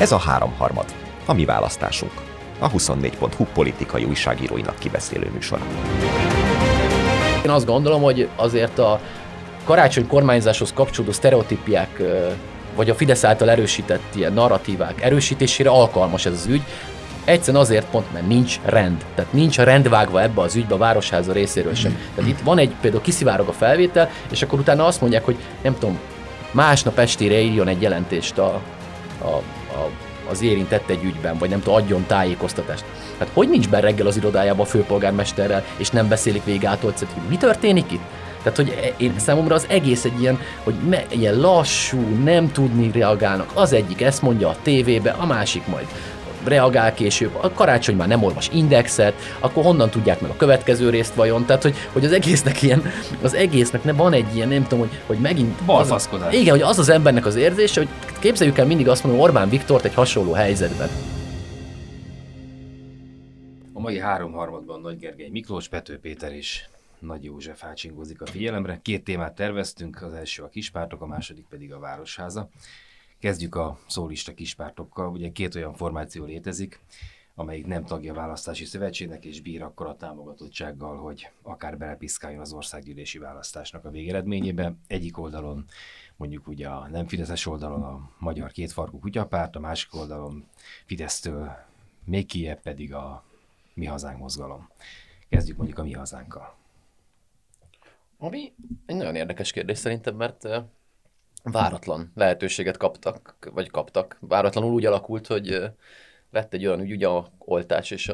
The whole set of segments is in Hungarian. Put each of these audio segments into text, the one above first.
Ez a 3/3, a mi választásunk. A 24.hu politikai újságíróinak kibeszélő műsora. Én azt gondolom, hogy azért a karácsony kormányzáshoz kapcsolódó sztereotípiák, vagy a Fidesz által erősített ilyen narratívák erősítésére alkalmas ez az ügy. Egyszerűen azért pont, mert nincs rend. Tehát nincs a rend vágva ebbe az ügybe a Városháza részéről sem. Tehát itt van például kiszivárog a felvétel, és akkor utána azt mondják, hogy nem tudom, másnap estére írjon egy jelentést az érintett egy ügyben, vagy nem tudom, adjon tájékoztatást. Hát hogy nincs be reggel az irodájában a főpolgármesterrel, és nem beszélik végig ától, hogy mi történik itt? Tehát, hogy én számomra az egész egy ilyen, hogy ilyen lassú, nem tudni reagálnak. Az egyik ezt mondja a tévébe, a másik majd reagál később, a Karácsony már nem olvas Indexet, akkor honnan tudják meg a következő részt vajon? Tehát, hogy az egésznek van egy ilyen, nem tudom, hogy megint... Balfaszkodás. Igen, hogy az az embernek az érzése, hogy képzeljük el, mindig azt mondom, Orbán Viktort egy hasonló helyzetben. A mai 3/3-ban Nagy Gergely Miklós, Pető Péter és Nagy József átsingózik a figyelemre. 2 témát terveztünk, az első a kispártok, a második pedig a Városháza. Kezdjük a szólista kispártokkal. Ugye 2 olyan formáció létezik, amelyik nem tagja a választási szövetségnek és bír akkora támogatottsággal, hogy akár belepiszkáljon az országgyűlési választásnak a végeredményébe. Egyik oldalon mondjuk ugye a nem fideszes oldalon a Magyar Kétfarkú Kutyapárt, a másik oldalon Fidesztől még kijebb pedig a Mi Hazánk mozgalom. Kezdjük mondjuk a Mi Hazánkkal. Ami egy nagyon érdekes kérdés szerintem, mert váratlan lehetőséget kaptak. Váratlanul úgy alakult, hogy lett egy olyan ügy, ugye a oltás és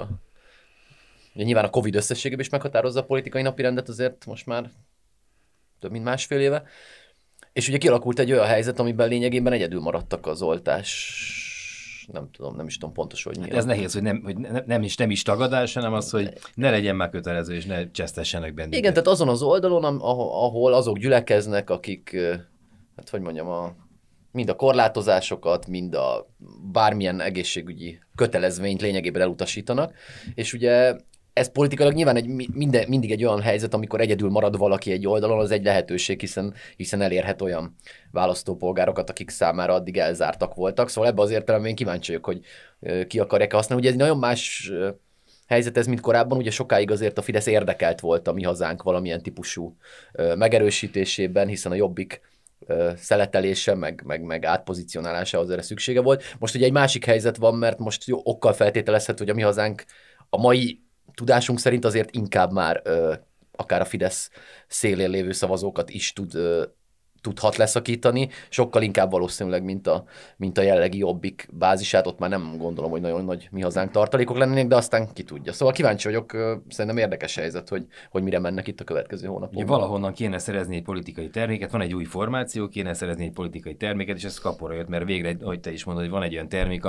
ugye nyilván a Covid összességében is meghatározza a politikai napirendet azért most már több mint másfél éve. És ugye kialakult egy olyan helyzet, amiben lényegében egyedül maradtak az oltás. Nem is tudom pontosan, hogy mi. Ez nehéz, hogy nem is tagadás, hanem az, hogy ne legyen már kötelező, és ne csesztessenek bennünket. Igen, tehát azon az oldalon, ahol azok gyülekeznek, akik, hát hogy mondjam, mind a korlátozásokat, mind a bármilyen egészségügyi kötelezvényt lényegében elutasítanak, és ugye ez politikailag nyilván mindig egy olyan helyzet, amikor egyedül marad valaki egy oldalon, az egy lehetőség, hiszen elérhet olyan választópolgárokat, akik számára addig elzártak voltak. Szóval ebben az értelemben én kíváncsi vagyok, hogy ki akarják használni. Ugye ez egy nagyon más helyzet ez, mint korábban, ugye sokáig azért a Fidesz érdekelt volt a Mi Hazánk valamilyen típusú megerősítésében, hiszen a Jobbik szeletelése, meg átpozicionálása az erre szüksége volt. Most ugye egy másik helyzet van, mert most okkal feltételezhető, hogy a Mi Hazánk a mai tudásunk szerint azért inkább már akár a Fidesz szélén lévő szavazókat is tudhat leszakítani, sokkal inkább valószínűleg, mint a jelenlegi Jobbik bázisát, ott már nem gondolom, hogy nagyon nagy Mi Hazánk tartalékok lennének, de aztán ki tudja. Szóval kíváncsi vagyok, szerintem érdekes helyzet, hogy mire mennek itt a következő hónapokban. Valahonnan kéne szerezni egy politikai terméket, van egy új formáció, kéne szerezni egy politikai terméket, és ez kapora jött, mert végre, ahogy te is mondod, hogy van egy olyan termék,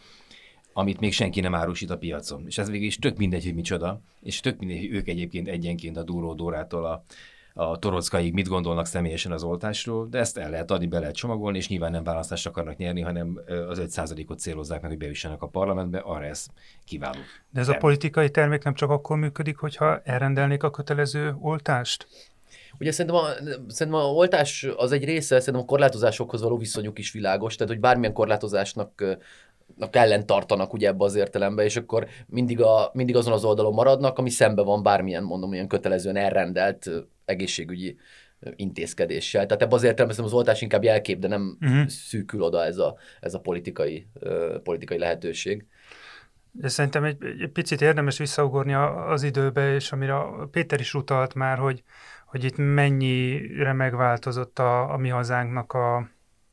amit még senki nem árusít a piacon. És ez végig is tök mindegy, hogy micsoda, és tök mindegy, hogy ők egyébként egyenként a Dúró Dórától a Torockaig mit gondolnak személyesen az oltásról, de ezt el lehet adni, be lehet csomagolni, és nyilván nem választást akarnak nyerni, hanem az 5%-ot célozzák meg, hogy bejussanak a parlamentbe, arra ez kiváló. De ez a politikai termék nem csak akkor működik, hogyha elrendelnék a kötelező oltást? Ugye szerintem a oltás az egy része, szerintem a korlátozásokhoz való viszonyuk is világos, tehát hogy bármilyen korlátozásnak ellen tartanak ugye ebbe az értelembe, és akkor mindig azon az oldalon maradnak, ami szembe van bármilyen, mondom, ilyen kötelezően elrendelt egészségügyi intézkedéssel. Tehát ebbe az értelemben az oltás inkább jelkép, de nem szűkül oda ez a politikai lehetőség. De szerintem egy picit érdemes visszaugorni az időbe, és amire Péter is utalt már, hogy itt mennyire megváltozott a Mi Hazánknak a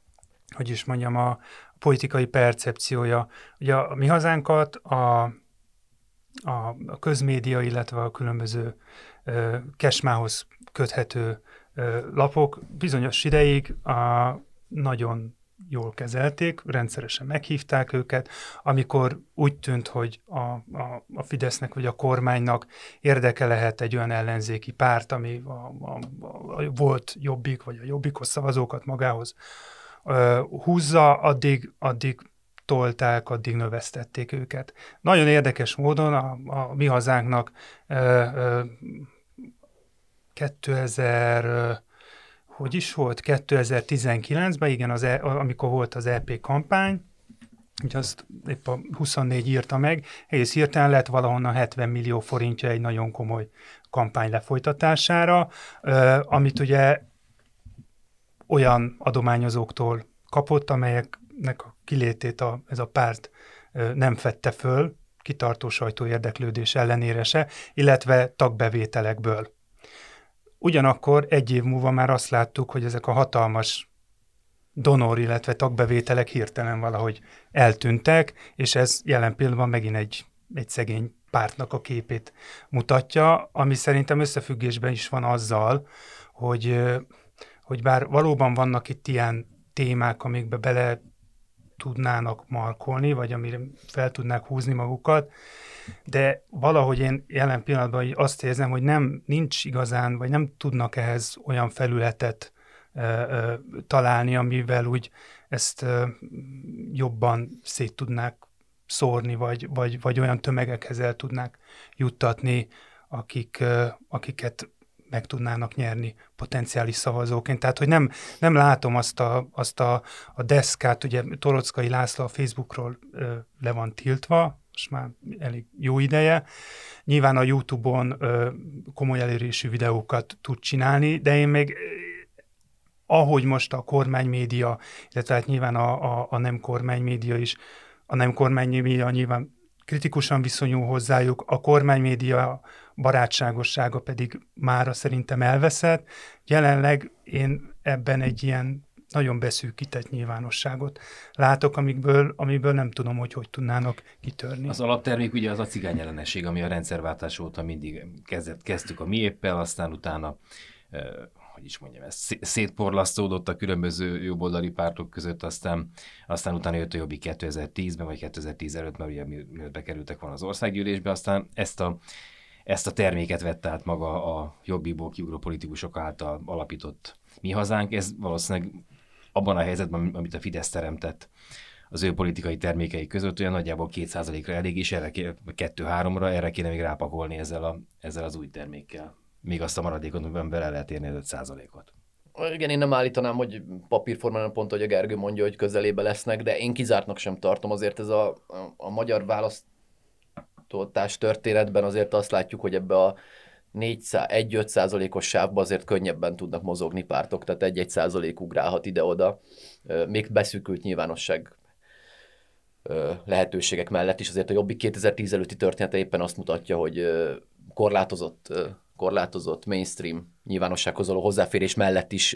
politikai percepciója. Ugye a Mi Hazánkat a közmédia, illetve a különböző kesmához köthető lapok bizonyos ideig nagyon jól kezelték, rendszeresen meghívták őket, amikor úgy tűnt, hogy a Fidesznek vagy a kormánynak érdeke lehet egy olyan ellenzéki párt, ami volt Jobbik, vagy a Jobbikos szavazókat magához húzza, addig tolták, addig növesztették őket. Nagyon érdekes módon a Mi Hazánknak 2019-ben, igen, amikor volt az EP kampány, Úgyhogy azt épp a 24 írta meg, egész hirtelen lett valahonnan 70 millió forintja egy nagyon komoly kampány lefolytatására, amit ugye olyan adományozóktól kapott, amelyeknek a kilétét ez a párt nem fedte föl, kitartó sajtóérdeklődés ellenére se, illetve tagbevételekből. Ugyanakkor egy év múlva már azt láttuk, hogy ezek a hatalmas donor, illetve tagbevételek hirtelen valahogy eltűntek, és ez jelen pillanatban megint egy szegény pártnak a képét mutatja, ami szerintem összefüggésben is van azzal, hogy bár valóban vannak itt ilyen témák, amikbe bele tudnának markolni, vagy amire fel tudnák húzni magukat, de valahogy én jelen pillanatban azt érzem, hogy nincs igazán, vagy nem tudnak ehhez olyan felületet találni, amivel úgy ezt jobban szét tudnák szórni, vagy olyan tömegekhez el tudnák juttatni, akiket meg tudnának nyerni potenciális szavazóként. Tehát, hogy nem látom azt a deszkát, ugye Torockai László a Facebookról le van tiltva, most már elég jó ideje. Nyilván a YouTube-on komoly elérésű videókat tud csinálni, de én még ahogy most a kormánymédia, illetve hát nyilván a nem kormánymédia is, a nem kormánymédia nyilván kritikusan viszonyul hozzájuk, a kormánymédia barátságossága pedig mára szerintem elveszett. Jelenleg én ebben egy ilyen nagyon beszűkített nyilvánosságot látok, amiből nem tudom, hogy tudnának kitörni. Az alaptermék ugye az a cigány ellenesség, ami a rendszerváltás óta mindig kezdtük a miéppel, aztán utána hogy is mondjam, ez szétporlasztódott a különböző jobboldali pártok között, aztán utána jött a Jobbik 2010-ben, vagy 2010 előtt, mert ugye mielőtt bekerültek volna az országgyűlésbe, aztán ezt a terméket vette át maga a Jobbikból kiugró politikusok által alapított Mi Hazánk. Ez valószínűleg abban a helyzetben, amit a Fidesz teremtett az ő politikai termékei között, olyan nagyjából 2%-ra elég, és 2-3-ra erre kéne még rápakolni ezzel az új termékkel. Még azt a maradékot, amiben bele lehet érni 5%-ot. Igen, én nem állítanám, hogy papírformán pont, hogy a Gergő mondja, hogy közelébe lesznek, de én kizártnak sem tartom. Azért ez a magyar választás történetben azért azt látjuk, hogy ebbe a 1-5%-os sávba azért könnyebben tudnak mozogni pártok, tehát 1-1% ugrálhat ide-oda. Még beszűkült nyilvánosság lehetőségek mellett is. Azért a Jobbik 2010 előtti története éppen azt mutatja, hogy korlátozott mainstream nyilvánossághoz való hozzáférés mellett is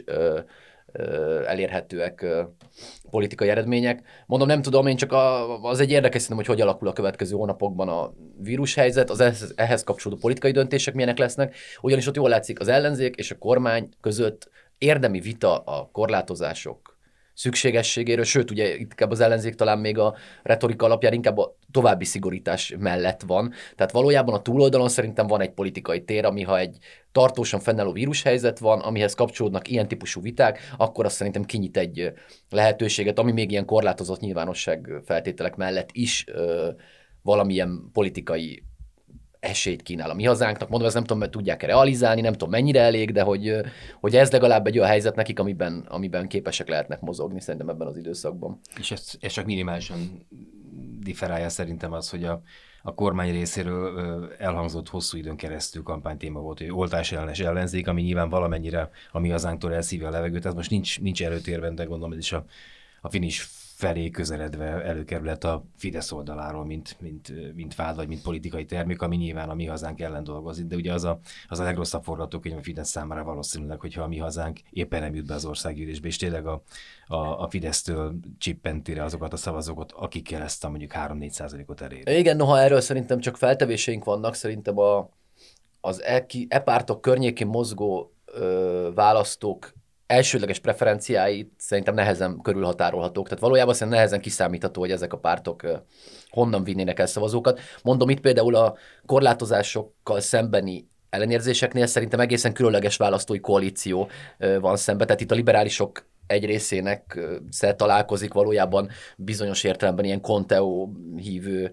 elérhetőek politikai eredmények. Mondom, nem tudom, én csak az egy érdekes szerintem, hogy alakul a következő hónapokban a vírushelyzet, az ehhez kapcsolódó politikai döntések milyenek lesznek, ugyanis ott jól látszik az ellenzék és a kormány között érdemi vita a korlátozások szükségességéről, sőt, ugye inkább az ellenzék talán még a retorika alapján inkább a további szigorítás mellett van. Tehát valójában a túloldalon szerintem van egy politikai tér, ami ha egy tartósan fennálló vírushelyzet van, amihez kapcsolódnak ilyen típusú viták, akkor azt szerintem kinyit egy lehetőséget, ami még ilyen korlátozott nyilvánosság feltételek mellett is valamilyen politikai esélyt kínál a Mi Hazánknak. Mondom, ezt nem tudom, mert tudják-e realizálni, nem tudom mennyire elég, de hogy ez legalább egy olyan helyzet nekik, amiben képesek lehetnek mozogni szerintem ebben az időszakban. És ez csak minimálisan differálja szerintem az, hogy a kormány részéről elhangzott hosszú időn keresztül kampánytéma volt, hogy oltás ellenes ellenzék, ami nyilván valamennyire a Mi Hazánktól elszívja a levegőt. Ez most nincs előtérben, de gondolom ez is a finish felé közeledve előkerülhet a Fidesz oldaláról, mint vád, vagy mint politikai termék, ami nyilván a Mi Hazánk ellen dolgozik. De ugye az a legrosszabb forgatókönyv a Fidesz számára valószínűleg, hogyha a Mi Hazánk éppen nem jut be az országgyűlésbe, és tényleg a Fidesztől csippenti le azokat a szavazókat, akikkel ezt a mondjuk 3-4%-ot eléri. Igen, noha erről szerintem csak feltevéseink vannak, szerintem az pártok környékén mozgó választók elsődleges preferenciáit szerintem nehezen körülhatárolhatók. Tehát valójában szerintem nehezen kiszámítható, hogy ezek a pártok honnan vinnének el szavazókat. Mondom, itt például a korlátozásokkal szembeni ellenérzéseknél szerintem egészen különleges választói koalíció van szemben. Tehát itt a liberálisok egy részének találkozik valójában bizonyos értelemben ilyen Conteo hívő,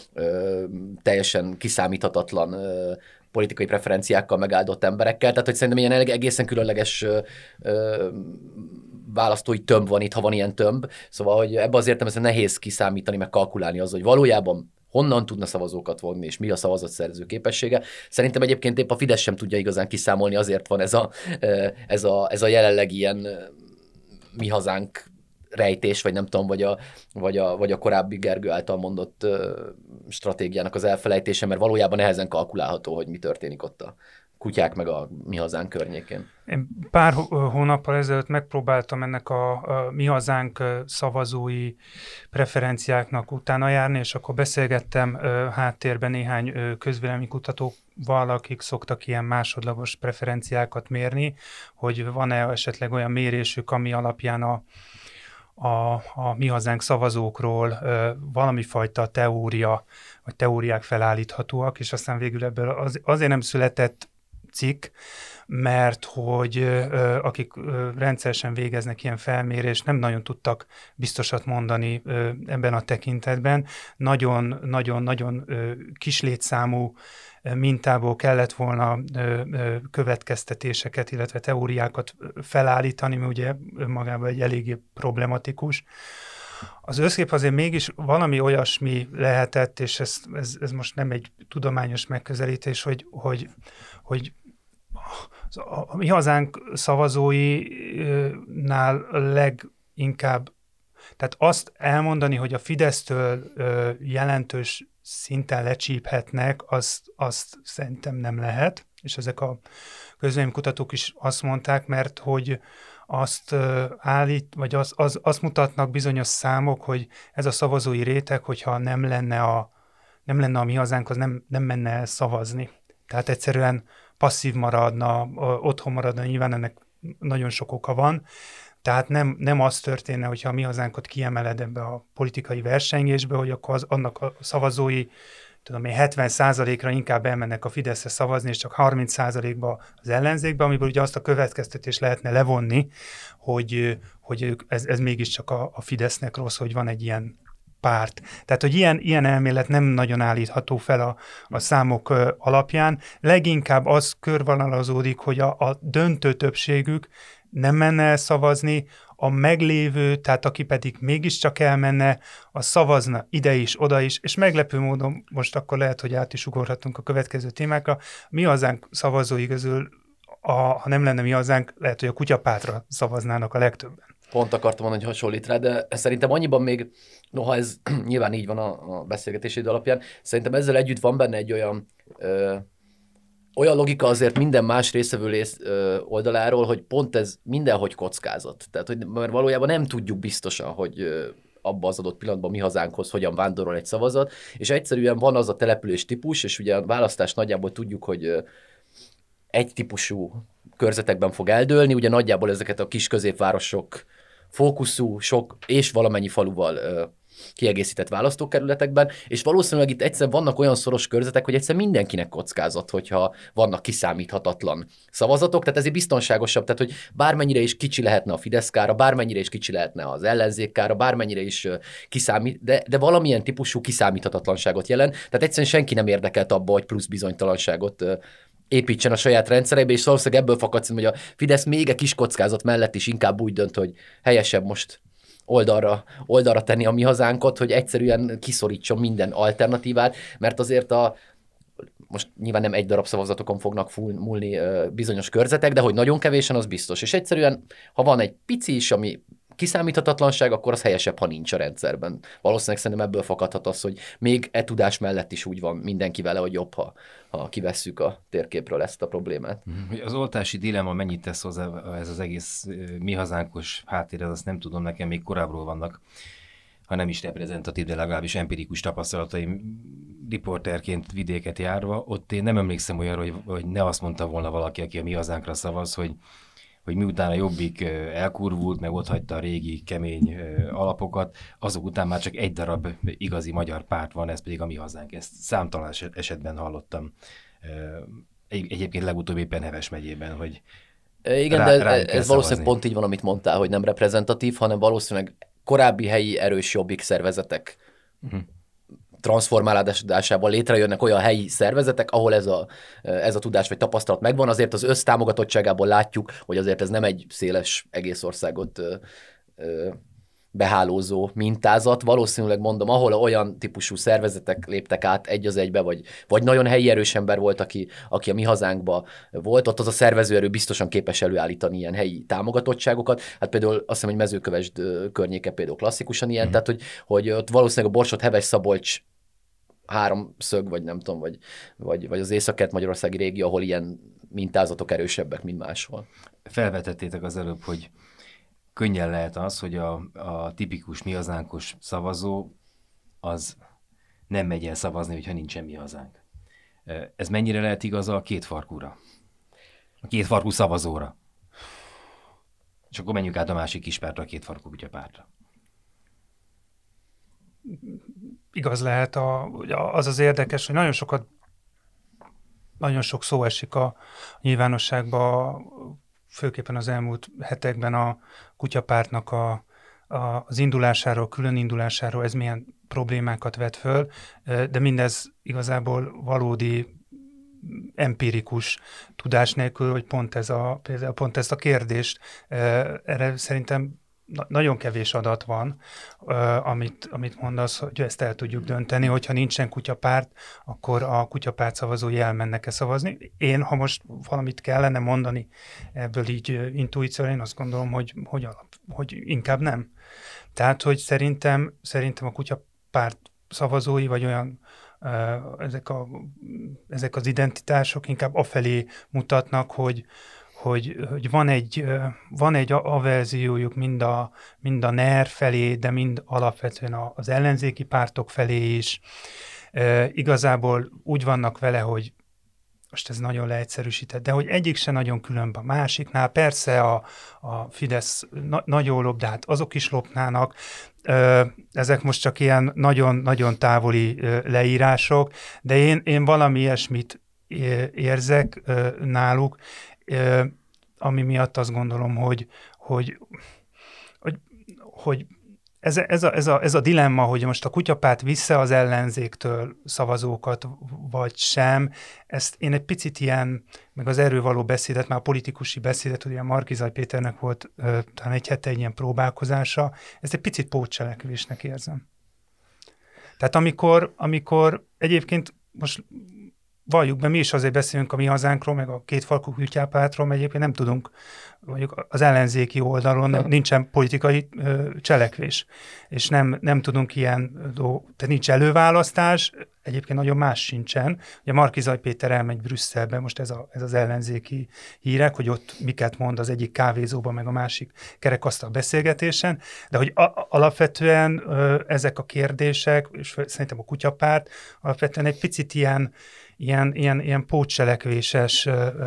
teljesen kiszámíthatatlan politikai preferenciákkal megáldott emberekkel, tehát hogy szerintem ilyen egészen különleges választói tömb van itt, ha van ilyen tömb. Szóval, hogy ebben az értelemben nehéz kiszámítani, meg kalkulálni az, hogy valójában honnan tudna szavazókat vonni, és mi a szavazatszerző képessége. Szerintem egyébként épp a Fidesz sem tudja igazán kiszámolni, azért van ez a jelenleg ilyen mi hazánk rejtés, vagy nem tudom, vagy a korábbi Gergő által mondott stratégiának az elfelejtése, mert valójában nehezen kalkulálható, hogy mi történik ott a kutyák meg a mi hazánk környékén. Én pár hónappal ezelőtt megpróbáltam ennek a mi hazánk szavazói preferenciáknak utána járni, és akkor beszélgettem háttérben néhány közvéleménykutatóval, akik szoktak ilyen másodlagos preferenciákat mérni, hogy van-e esetleg olyan mérésük, ami alapján a mi hazánk szavazókról valami fajta teória, vagy teóriák felállíthatóak, és aztán végül ebből azért nem született cikk, mert hogy akik rendszeresen végeznek ilyen felmérést, nem nagyon tudtak biztosat mondani ebben a tekintetben. Nagyon kis létszámú mintából kellett volna következtetéseket, illetve teóriákat felállítani, mert ugye magában egy eléggé problematikus. Az összkép azért mégis valami olyasmi lehetett, és ez most nem egy tudományos megközelítés, hogy a mi hazánk szavazóinál leginkább, tehát azt elmondani, hogy a Fidesztől jelentős szinten lecsíphetnek, azt szerintem nem lehet, és ezek a közvéleménykutatók is azt mondták, mert hogy azt állít, vagy azt mutatnak bizonyos számok, hogy ez a szavazói réteg, hogyha nem lenne a mi hazánk, az nem menne el szavazni. Tehát egyszerűen passzív maradna, otthon maradna, nyilván ennek nagyon sok oka van. Tehát nem az történne, hogyha a mi hazánkat kiemeled ebbe a politikai versengésbe, hogy akkor annak a szavazói, tudom én, 70%-ra inkább elmennek a Fideszre szavazni, és csak 30%-ba az ellenzékbe, amiből ugye azt a következtetést lehetne levonni, hogy ez mégiscsak a Fidesznek rossz, hogy van egy ilyen párt. Tehát, hogy ilyen elmélet nem nagyon állítható fel a számok alapján. Leginkább az körvonalazódik, hogy a döntő többségük nem menne el szavazni, a meglévő, tehát aki pedig mégiscsak elmenne, az szavazna ide is, oda is, és meglepő módon most akkor lehet, hogy át is ugorhatunk a következő témákra. Mi hazánk szavazói közül, ha nem lenne mi hazánk, lehet, hogy a kutyapártra szavaznának a legtöbben. Pont akartam mondani, hogy hasonlít rá, de szerintem annyiban még, noha ez nyilván így van a beszélgetéséd alapján, szerintem ezzel együtt van benne egy olyan logika azért minden más részevő oldaláról, hogy pont ez mindenhogy kockázat. Tehát, hogy mert valójában nem tudjuk biztosan, hogy abban az adott pillanatban mi hazánkhoz hogyan vándorol egy szavazat, és egyszerűen van az a település típus, és ugye a választás nagyjából tudjuk, hogy egy típusú körzetekben fog eldőlni, ugye nagyjából ezeket a kis középvárosok fókuszú, sok és valamennyi faluval kiegészített választókerületekben, és valószínűleg itt egyszerűen vannak olyan szoros körzetek, hogy egyszerűen mindenkinek kockázat, hogyha vannak kiszámíthatatlan szavazatok, tehát ezért biztonságosabb, tehát hogy bármennyire is kicsi lehetne a Fidesz kára, bármennyire is kicsi lehetne az ellenzék kára, bármennyire is de valamilyen típusú kiszámíthatatlanságot jelent, tehát egyszerűen senki nem érdekelt abba, hogy plusz bizonytalanságot építsen a saját rendszerébe, és valószínűleg ebből fakad, hogy a Fidesz még egy kis kockázat mellett is inkább úgy dönt, hogy helyesebb most oldalra tenni a mi hazánkot, hogy egyszerűen kiszorítson minden alternatívát, mert azért most nyilván nem egy darab szavazatokon fognak múlni bizonyos körzetek, de hogy nagyon kevésen, az biztos. És egyszerűen, ha van egy pici is, ami kiszámíthatatlanság, akkor az helyesebb, ha nincs a rendszerben. Valószínűleg szerintem ebből fakadhat az, hogy még tudás mellett is úgy van mindenki vele, hogy jobb, ha kivesszük a térképről ezt a problémát. Az oltási dilemma mennyit tesz hozzá ez az egész mi hazánkos háttér, azt nem tudom, nekem még korábbról vannak, ha nem is reprezentatív, de legalábbis empirikus tapasztalataim riporterként vidéket járva. Ott én nem emlékszem olyanra, hogy ne azt mondta volna valaki, aki a mi hazánkra szavaz, hogy miután a Jobbik elkurvult, meg otthagyta a régi kemény alapokat, azok után már csak egy darab igazi magyar párt van, ez pedig a mi hazánk. Ezt számtalan esetben hallottam. Egyébként legutóbb éppen Heves megyében, hogy igen, de ez valószínűleg pont így van, amit mondtál, hogy nem reprezentatív, hanem valószínűleg korábbi helyi erős Jobbik szervezetek transformálásával létrejönnek olyan helyi szervezetek, ahol ez a tudás vagy tapasztalat megvan, azért az össztámogatottságából látjuk, hogy azért ez nem egy széles egész országot behálózó mintázat. Valószínűleg mondom, ahol olyan típusú szervezetek léptek át egy az egybe, vagy nagyon helyi erős ember volt, aki a mi hazánkban volt, ott az a szervezőerő biztosan képes előállítani ilyen helyi támogatottságokat. Hát például azt hiszem, hogy Mezőkövesd környéke például klasszikusan ilyen, tehát hogy ott valószínűleg a Borsod, Heves, Szabolcs háromszög, vagy nem tudom, vagy az észak-kelet-magyarországi régió, ahol ilyen mintázatok erősebbek, mint máshol. Felvetettétek az előbb, hogy könnyen lehet az, hogy a tipikus mi hazánkos szavazó az nem megy el szavazni, hogyha nincsen mi hazánk. Ez mennyire lehet igaz a kétfarkúra? A kétfarkú szavazóra? És akkor menjünk át a másik kispártra, a kétfarkú kutyapártra. Igaz lehet, az érdekes, hogy nagyon sok szó esik a nyilvánosságban, főképpen az elmúlt hetekben a kutyapártnak az indulásáról, külön indulásáról, ez milyen problémákat vet föl, de mindez igazából valódi empirikus tudás nélkül, hogy például pont ezt a kérdést, erre szerintem nagyon kevés adat van, amit mondasz, hogy ezt el tudjuk dönteni, hogyha nincsen kutyapárt, akkor a kutyapárt szavazói elmennek-e szavazni. Én, ha most valamit kellene mondani ebből így intuícióra, én azt gondolom, hogy inkább nem. Tehát, hogy szerintem a kutyapárt szavazói, vagy olyan ezek az identitások inkább afelé mutatnak, hogy van egy averziójuk mind a NER felé, de mind alapvetően az ellenzéki pártok felé is. Igazából úgy vannak vele, hogy most ez nagyon leegyszerűsített, de hogy egyik se nagyon különb a másiknál. Persze a Fidesz nagyon lop, de hát azok is lopnának. Ezek most csak ilyen nagyon távoli leírások, de én valami ilyesmit érzek náluk, ami miatt azt gondolom, hogy ez a dilemma, hogy most a kutyapárt vissza az ellenzéktől szavazókat, vagy sem, ezt én egy picit ilyen, meg az erről való beszédet, már a politikusi beszédet, ugye a Markizaj Péternek volt talán egy hete egy ilyen próbálkozása, ezt egy picit pótcselekvésnek érzem. Tehát amikor egyébként most valljuk be, mi is azért beszélünk a mi hazánkról, meg a kétfarkú kutyapártról, mert egyébként nem tudunk, mondjuk az ellenzéki oldalon nincsen politikai cselekvés, és nem tudunk tehát nincs előválasztás, egyébként nagyon más sincsen. Ugye Markizaj Péter elmegy Brüsszelbe, most ez az ellenzéki hírek, hogy ott miket mond az egyik kávézóban, meg a másik kerekasztal beszélgetésen, de hogy alapvetően ezek a kérdések, és szerintem a kutyapárt alapvetően egy picit ilyen pótcselekvéses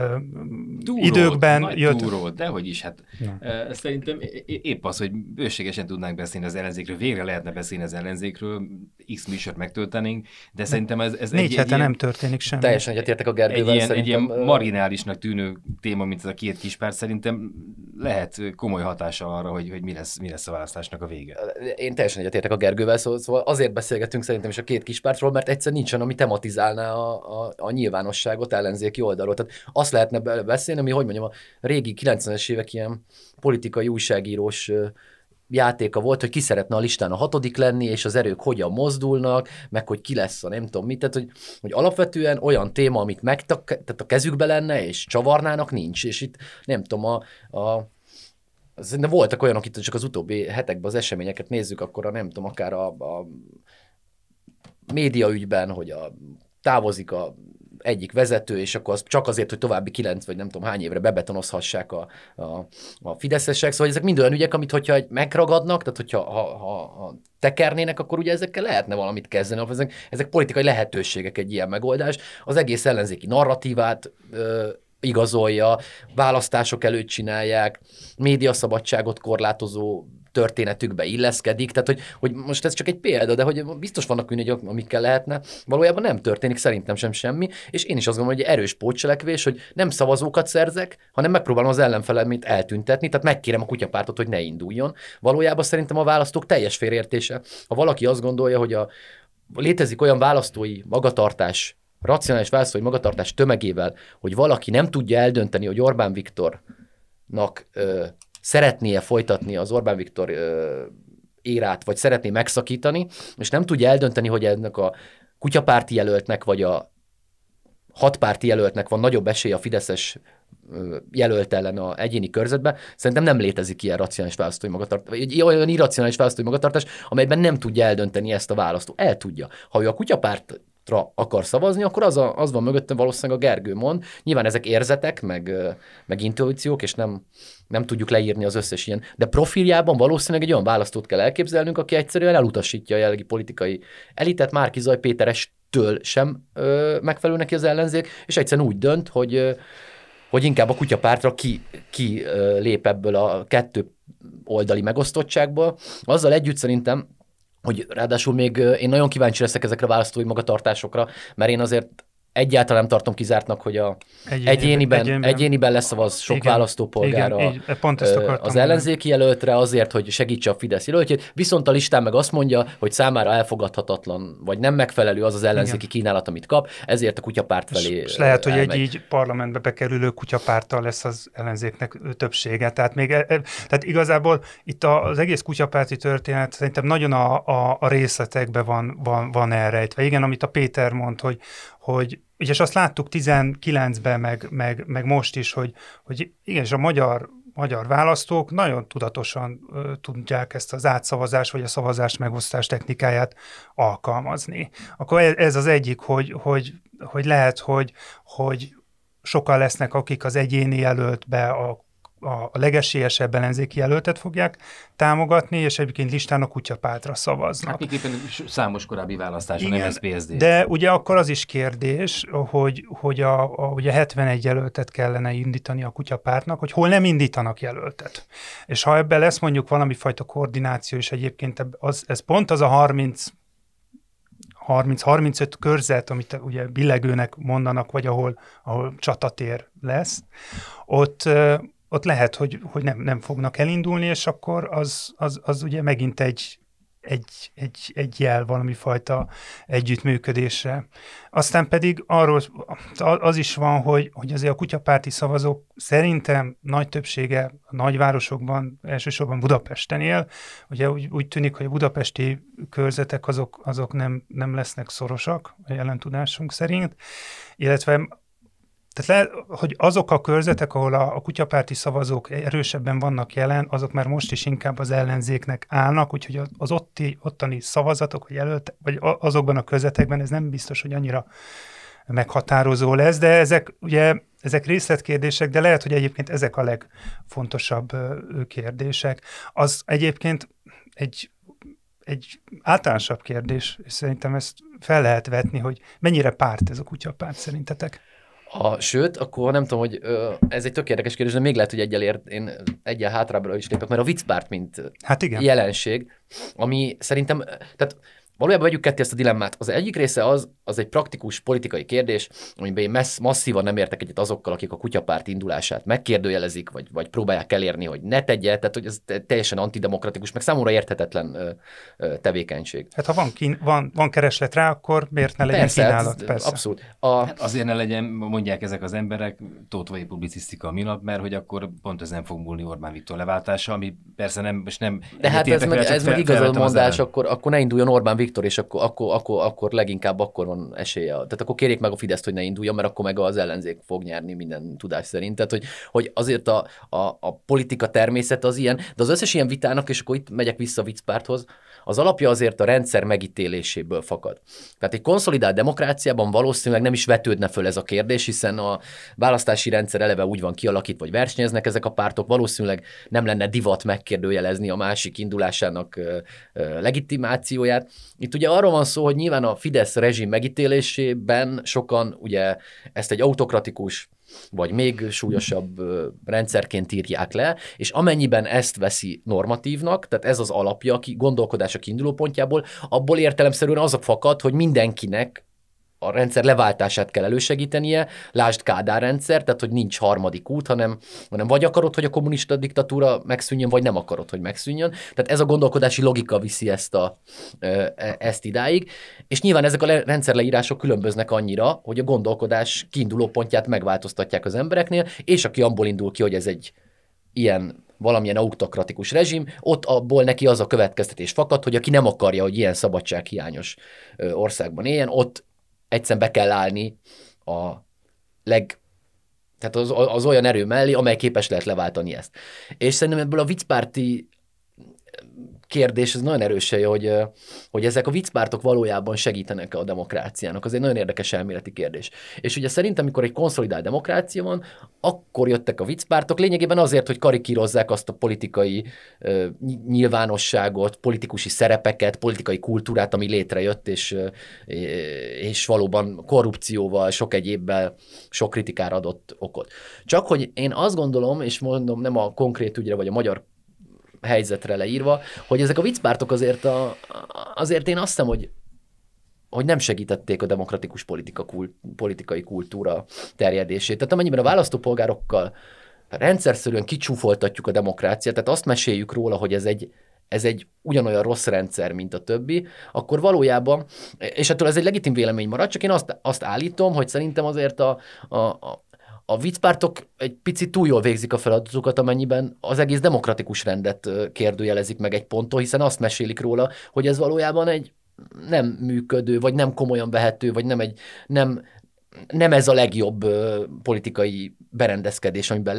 időkben jött. Túród, dehogy is, hát szerintem épp az, hogy bőségesen tudnánk beszélni az ellenzékről, végre lehetne beszélni az ellenzékről, X műsort megtöltenénk, de szerintem ez 4 hete nem történik semmi. Teljesen egyetértek a Gergővel. Egy ilyen marginálisnak tűnő téma, mint ez a két kispárt, szerintem lehet komoly hatása arra, hogy mi lesz a választásnak a vége. Én teljesen egyetértek a Gergővel, szóval azért beszélgetünk szerintem is a két kispártról, mert egyszer nincsen, ami tematizálná a nyilvánosságot ellenzéki oldalról. Tehát azt lehetne beszélni, ami, hogy mondjam, a régi 90-es évek ilyen politikai újságírós játéka volt, hogy ki szeretne a listán a 6. lenni, és az erők hogyan mozdulnak, meg hogy ki lesz a nem tudom mit, tehát hogy alapvetően olyan téma, amit tehát a kezükbe lenne, és csavarnának, nincs, és itt nem tudom, de voltak olyanok itt, csak az utóbbi hetekben az eseményeket nézzük, akkor nem tudom, akár a médiaügyben, hogy távozik a egyik vezető, és akkor az csak azért, hogy további 9 vagy nem tudom hány évre bebetonozhassák a fideszesek. Szóval ezek mind olyan ügyek, amit hogyha megragadnak, tehát hogyha ha tekernének, akkor ugye ezekkel lehetne valamit kezdeni. Ezek politikai lehetőségek, egy ilyen megoldás. Az egész ellenzéki narratívát igazolja, választások előtt csinálják, médiaszabadságot korlátozó történetükbe illeszkedik, tehát hogy most ez csak egy példa, de hogy biztos vannak ügyek, amikkel lehetne, valójában nem történik szerintem sem semmi, és én is azt gondolom, hogy egy erős pótcselekvés, hogy nem szavazókat szerzek, hanem megpróbálom az ellenfelemet eltüntetni, tehát megkérem a kutyapártot, hogy ne induljon. Valójában szerintem a választók teljes félreértése. Ha valaki azt gondolja, hogy létezik olyan választói magatartás, racionális választói magatartás tömegével, hogy valaki nem tudja eldönteni, hogy Orbán Viktornak szeretné folytatni az Orbán Viktor érát, vagy szeretné megszakítani, és nem tudja eldönteni, hogy ennek a kutyapárti jelöltnek, vagy a hatpárti jelöltnek van nagyobb esély a fideszes jelölt ellen a egyéni körzetben, szerintem nem létezik ilyen racionális választói magatartás, vagy olyan irracionális választói magatartás, amelyben nem tudja eldönteni ezt a választó. El tudja. Ha ő a kutyapártra akar szavazni, akkor az van mögötte valószínűleg a Gergő mond. Nyilván ezek érzetek, meg intuíciók, és nem tudjuk leírni az összes ilyen. De profiljában valószínűleg egy olyan választót kell elképzelnünk, aki egyszerűen elutasítja a jelenlegi politikai elitet, Márki-Zay Péterestől sem megfelelő neki az ellenzék, és egyszerűen úgy dönt, hogy inkább a kutyapártra ki lép ebből a kettő oldali megosztottságból. Azzal együtt szerintem, hogy ráadásul még én nagyon kíváncsi leszek ezekre a választói magatartásokra, mert én azért egyáltalán nem tartom kizártnak, hogy egyéniben leszavaz sok választópolgára az ellenzéki jelöltre azért, hogy segítse a Fidesz jelöltjét, viszont a listán meg azt mondja, hogy számára elfogadhatatlan, vagy nem megfelelő az ellenzéki kínálat, amit kap, ezért a kutyapárt felé és lehet, hogy egy így parlamentbe bekerülő kutyapárttal lesz az ellenzéknek többsége. Tehát igazából itt az egész kutyapárti történet szerintem nagyon a részletekben van elrejtve. Igen, amit a Péter mond, hogy és azt láttuk 19-ben, meg most is, hogy igenis a magyar választók nagyon tudatosan tudják ezt az átszavazás vagy a szavazás megosztás technikáját alkalmazni. Akkor ez az egyik, hogy lehet, hogy sokan lesznek, akik az egyéni jelöltbe a legesélyesebb ellenzéki jelöltet fogják támogatni, és egyébként listán a kutyapártra szavaznak. Hát miképpen számos korábbi választáson MSZP-SD. De ugye akkor az is kérdés, hogy ugye 71 jelöltet kellene indítani a kutyapártnak, hogy hol nem indítanak jelöltet. És ha ebben lesz mondjuk valami fajta koordináció, és egyébként ez pont az a 30-35 körzet, amit ugye billegőnek mondanak, vagy ahol csatatér lesz, ott lehet, hogy nem fognak elindulni, és akkor az ugye megint egy jel valami fajta együttműködésre. Aztán pedig arról az is van, hogy azért a kutyapárti szavazók szerintem nagy többsége a nagyvárosokban, elsősorban Budapesten él. Ugye úgy tűnik, hogy a budapesti körzetek azok nem lesznek szorosak a jelen tudásunk szerint, illetve tehát hogy azok a körzetek, ahol a kutyapárti szavazók erősebben vannak jelen, azok már most is inkább az ellenzéknek állnak, úgyhogy az ottani szavazatok, vagy azokban a körzetekben ez nem biztos, hogy annyira meghatározó lesz, de ezek részletkérdések, de lehet, hogy egyébként ezek a legfontosabb kérdések. Az egyébként egy általánosabb kérdés, és szerintem ezt fel lehet vetni, hogy mennyire párt ez a kutyapárt szerintetek? Sőt, akkor nem tudom, hogy ez egy tök érdekes kérdés, de még lehet, hogy én egyel hátrábbra is lépek, mert a viccpárt, mint jelenség, ami szerintem, tehát valójában vegyük ketté ezt a dilemmát. Az egyik része az egy praktikus politikai kérdés, amiben én masszívan nem értek egyet azokkal, akik a kutyapárt indulását megkérdőjelezik, vagy próbálják elérni, hogy ne tegye, tehát hogy ez teljesen antidemokratikus, meg számomra érthetetlen tevékenység. Hát ha van kereslet rá, akkor miért ne legyen kínálat? Persze. Abszolút. Azért ne legyen, mondják ezek az emberek, tótvai publicisztika a minap, mert hogy akkor pont ez nem fog múlni Orbán Viktor leváltása, ami persze nem. De hát ez meg igaz a mondás, akkor ne induljon Orbán Viktor, és akkor leginkább akkor van esélye. Tehát akkor kérjék meg a Fideszt, hogy ne induljon, mert akkor meg az ellenzék fog nyerni minden tudás szerint. Tehát, hogy azért a politika természete az ilyen, de az összes ilyen vitának, és akkor itt megyek vissza a viccpárthoz, az alapja azért a rendszer megítéléséből fakad. Tehát egy konszolidált demokráciában valószínűleg nem is vetődne föl ez a kérdés, hiszen a választási rendszer eleve úgy van kialakítva, vagy versenyeznek ezek a pártok, valószínűleg nem lenne divat megkérdőjelezni a másik indulásának legitimációját. Itt ugye arról van szó, hogy nyilván a Fidesz rezsim megítélésében sokan ugye ezt egy autokratikus vagy még súlyosabb rendszerként írják le, és amennyiben ezt veszi normatívnak, tehát ez az alapja, gondolkodása kiinduló pontjából, abból értelemszerűen azok fakad, hogy mindenkinek a rendszer leváltását kell elősegítenie, lásd Kádár rendszer, tehát hogy nincs harmadik út, hanem vagy akarod, hogy a kommunista diktatúra megszűnjön, vagy nem akarod, hogy megszűnjön. Tehát ez a gondolkodási logika viszi ezt idáig, és nyilván ezek a rendszerleírások különböznek annyira, hogy a gondolkodás kiinduló pontját megváltoztatják az embereknél, és aki abból indul ki, hogy ez egy ilyen valamilyen autokratikus rezsim, ott abból neki az a következtetés fakad, hogy aki nem akarja, hogy ilyen szabadsághiányos országban éljen, ott egyszerűen be kell állni tehát az olyan erő mellé, amely képes lehet leváltani ezt. És szerintem ebből a viccpárti kérdés, ez nagyon erősen, hogy ezek a viccpártok valójában segítenek a demokráciának. Az egy nagyon érdekes elméleti kérdés. És ugye szerintem, amikor egy konszolidált demokrácia van, akkor jöttek a viccpártok, lényegében azért, hogy karikírozzák azt a politikai nyilvánosságot, politikusi szerepeket, politikai kultúrát, ami létrejött, és valóban korrupcióval, sok egyébbel, sok kritikára adott okot. Csak hogy én azt gondolom, és mondom, nem a konkrét ügyre, vagy a magyar helyzetre leírva, hogy ezek a viccpártok azért én azt hiszem, hogy nem segítették a demokratikus politikai kultúra terjedését. Tehát amennyiben a választópolgárokkal rendszerszerűen kicsúfoltatjuk a demokráciát, tehát azt meséljük róla, hogy ez egy ugyanolyan rossz rendszer, mint a többi, akkor valójában, és ettől ez egy legitim vélemény marad, csak én azt állítom, hogy szerintem azért a viccpártok egy picit túl jól végzik a feladatukat, amennyiben az egész demokratikus rendet kérdőjelezik meg egy ponton, hiszen azt mesélik róla, hogy ez valójában egy nem működő, vagy nem komolyan vehető, vagy nem ez a legjobb politikai berendezkedés, amiben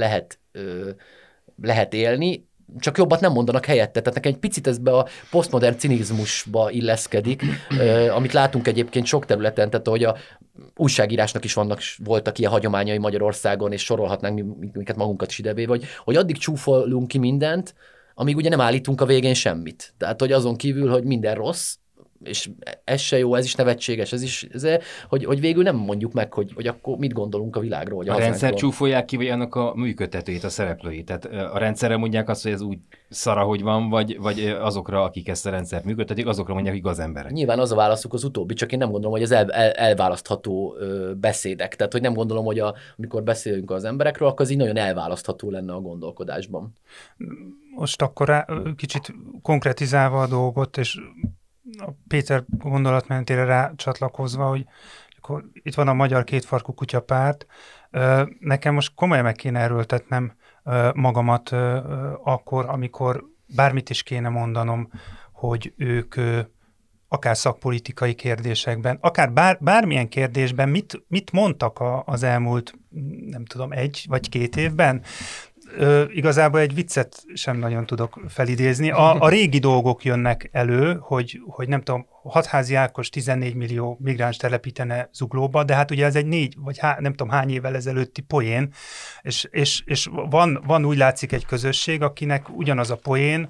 lehet élni, csak jobbat nem mondanak helyette. Tehát nekem egy picit ez be a posztmodern cinizmusba illeszkedik, amit látunk egyébként sok területen, tehát ahogy a újságírásnak is voltak ilyen hagyományai Magyarországon, és sorolhatnánk minket magunkat is idevéve, hogy addig csúfolunk ki mindent, amíg ugye nem állítunk a végén semmit. Tehát, hogy azon kívül, hogy minden rossz, és ez se jó, ez is nevetséges, hogy végül nem mondjuk meg, hogy akkor mit gondolunk a világról. Vagy a rendszer csúfolják ki, vagy annak a működtetőit, a szereplőit. Tehát a rendszerre mondják azt, hogy ez úgy szar, ahogy van, vagy azokra, akik ezt a rendszert működtetik, azokra mondják, hogy igaz emberek. Nyilván az a válaszuk az utóbbi, csak én nem gondolom, hogy ez elválasztható beszédek. Tehát, hogy nem gondolom, hogy amikor beszélünk az emberekről, akkor az így nagyon elválasztható lenne a gondolkodásban. Most akkor kicsit konkretizálva a dolgot, és a Péter gondolatmenetére rácsatlakozva, hogy akkor itt van a Magyar Kétfarkú Kutyapárt. Nekem most komolyan meg kéne erőltetnem magamat akkor, amikor bármit is kéne mondanom, hogy ők akár szakpolitikai kérdésekben, akár bármilyen kérdésben mit mondtak az elmúlt, nem tudom, 1 vagy 2 évben. Igazából egy viccet sem nagyon tudok felidézni. A régi dolgok jönnek elő, hogy nem tudom, Hatházi Ákos 14 millió migráns telepítene Zuglóba, de hát ugye ez egy 4 vagy nem tudom hány évvel ezelőtti poén, és van úgy látszik egy közösség, akinek ugyanaz a poén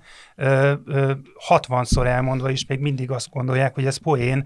60-szor elmondva is még mindig azt gondolják, hogy ez poén.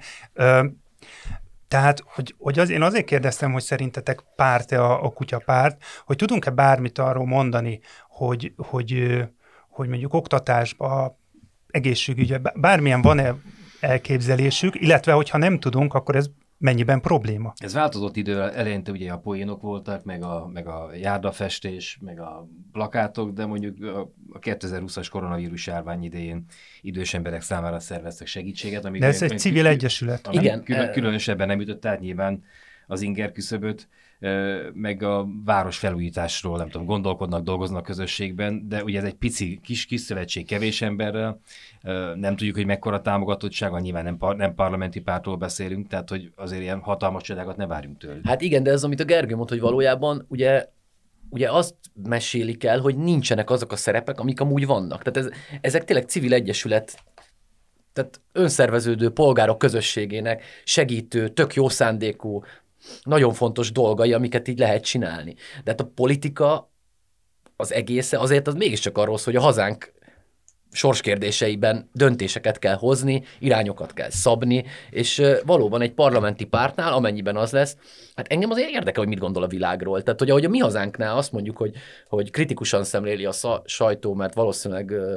Tehát, én azért kérdeztem, hogy szerintetek párt-e a kutyapárt, hogy tudunk-e bármit arról mondani, hogy mondjuk oktatásban, egészségügyben, bármilyen van-e elképzelésük, illetve hogyha nem tudunk, akkor ez mennyiben probléma? Ez változott idővel, eleinte ugye a poénok voltak, meg a járdafestés, meg a plakátok, de mondjuk a 2020-as koronavírus járvány idején idős emberek számára szerveztek segítséget. De ez egy civil egyesület. Igen. Különösebben nem ütött át nyilván az inger küszöböt, meg a város felújításról, nem tudom, gondolkodnak, dolgoznak közösségben, de ugye ez egy pici, kis szövetség kevés emberrel, nem tudjuk, hogy mekkora támogatottsága, nyilván nem parlamenti pártról beszélünk, tehát hogy azért ilyen hatalmas csodákat ne várjunk tőle. Hát igen, de ez, amit a Gergő mondta, hogy valójában ugye azt mesélik el, hogy nincsenek azok a szerepek, amik amúgy vannak. Tehát ezek tényleg civil egyesület, tehát önszerveződő polgárok közösségének segítő, tök jó szándékú, nagyon fontos dolgai, amiket így lehet csinálni. De hát a politika, az egésze, azért az mégiscsak arról szól, hogy a hazánk sorskérdéseiben döntéseket kell hozni, irányokat kell szabni, és valóban egy parlamenti pártnál, amennyiben az lesz, hát engem azért érdekel, hogy mit gondol a világról. Tehát, hogy ahogy a mi hazánknál azt mondjuk, hogy kritikusan szemléli a sajtó, mert valószínűleg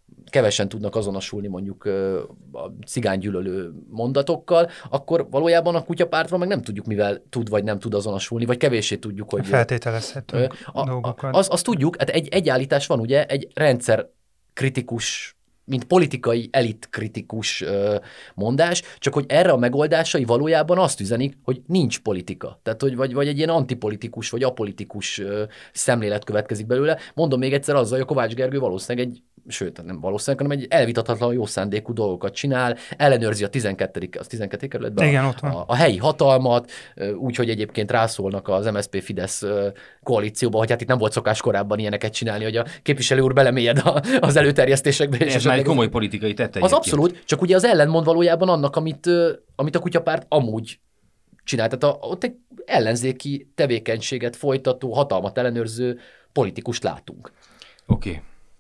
kevesen tudnak azonosulni mondjuk a cigánygyűlölő mondatokkal, akkor valójában a kutyapártról meg nem tudjuk, mivel tud vagy nem tud azonosulni, vagy kevéssé tudjuk, hogy... Feltételezhetünk dolgokat. Azt tudjuk, hát egy állítás van, ugye, egy rendszerkritikus, mint politikai elitkritikus mondás, csak hogy erre a megoldásai valójában azt üzenik, hogy nincs politika. Tehát, hogy vagy egy ilyen antipolitikus, vagy apolitikus szemlélet következik belőle. Mondom még egyszer azzal, hogy a Kovács Gergő valószínűleg sőt, nem valószínűleg, hanem egy elvitathatatlan jó szándékú dolgokat csinál, ellenőrzi a 12. kerületben igen, a helyi hatalmat, úgyhogy egyébként rászólnak az MSZP-Fidesz koalícióba, hogy hát itt nem volt szokás korábban ilyeneket csinálni, hogy a képviselő úr belemélyed az előterjesztésekbe. Ez már egy komoly politikai tette. Az abszolút, csak ugye az ellenmond valójában annak, amit a kutyapárt amúgy csinál. Tehát ott egy ellenzéki tevékenységet folytató, hatalmat ellenőrző politikust látunk. Oké.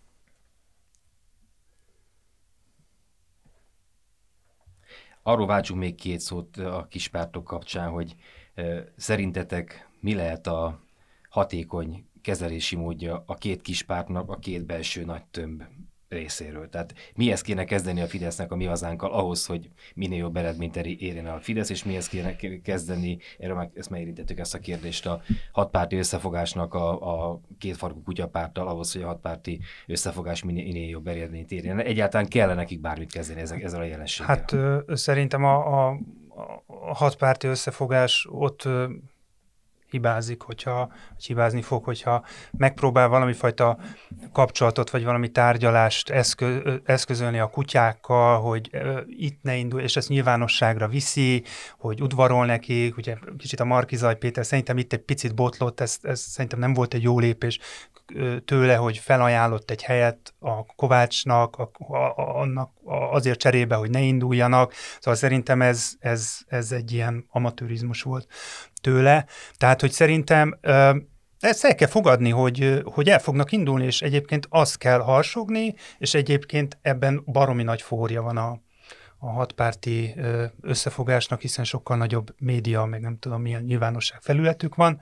Arról váltsunk még két szót a kispártok kapcsán, hogy szerintetek mi lehet a hatékony kezelési módja a két kispártnak, a két belső nagy tömb részéről. Tehát mihez kéne kezdeni a Fidesznek a Mi Hazánkkal ahhoz, hogy minél jobb eredményt érjen a Fidesz, és mihez kéne kezdeni, ezt már érintettük ezt a kérdést, a hatpárti összefogásnak a kétfarkú kutyapárttal ahhoz, hogy a hatpárti összefogás minél jobb eredményt érjen. Egyáltalán kellene nekik bármit kezdeni ezzel a jelenséggel? Hát szerintem a hatpárti összefogás ott hibázik, hibázni fog, hogyha megpróbál valami fajta kapcsolatot, vagy valami tárgyalást eszközölni a kutyákkal, hogy itt ne indul, és ezt nyilvánosságra viszi, hogy udvarol nekik, ugye kicsit a Markizaj Péter szerintem itt egy picit botlott, ez szerintem nem volt egy jó lépés tőle, hogy felajánlott egy helyet a Kovácsnak, annak azért cserébe, hogy ne induljanak, szóval szerintem ez egy ilyen amatőrizmus volt tőle. Tehát, hogy szerintem ezt el kell fogadni, hogy el fognak indulni, és egyébként azt kell harsogni, és egyébként ebben baromi nagy fória van a hatpárti összefogásnak, hiszen sokkal nagyobb média, meg nem tudom milyen nyilvánosság felületük van,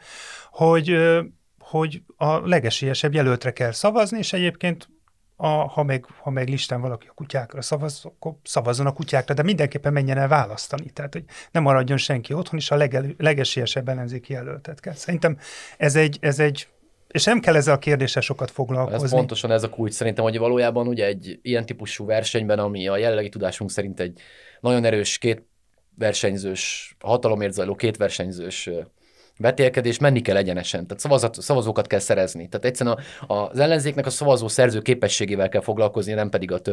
hogy a legesélyesebb jelöltre kell szavazni, és egyébként ha meg listán valaki a kutyákra szavaz, akkor szavazzon a kutyákra, de mindenképpen menjen el választani. Tehát, hogy nem maradjon senki otthon, és a legesélyesebb ellenzéki jelöltet kell. Szerintem ez egy és nem kell ezzel a kérdéssel sokat foglalkozni. Ez pontosan ez a kulcs szerintem, hogy valójában ugye egy ilyen típusú versenyben, ami a jelenlegi tudásunk szerint egy nagyon erős hatalomért zajló két versenyzős vetélkedés, menni kell egyenesen, tehát szavazókat kell szerezni. Tehát egyszerűen az ellenzéknek a szavazó szerző képességével kell foglalkozni, nem pedig a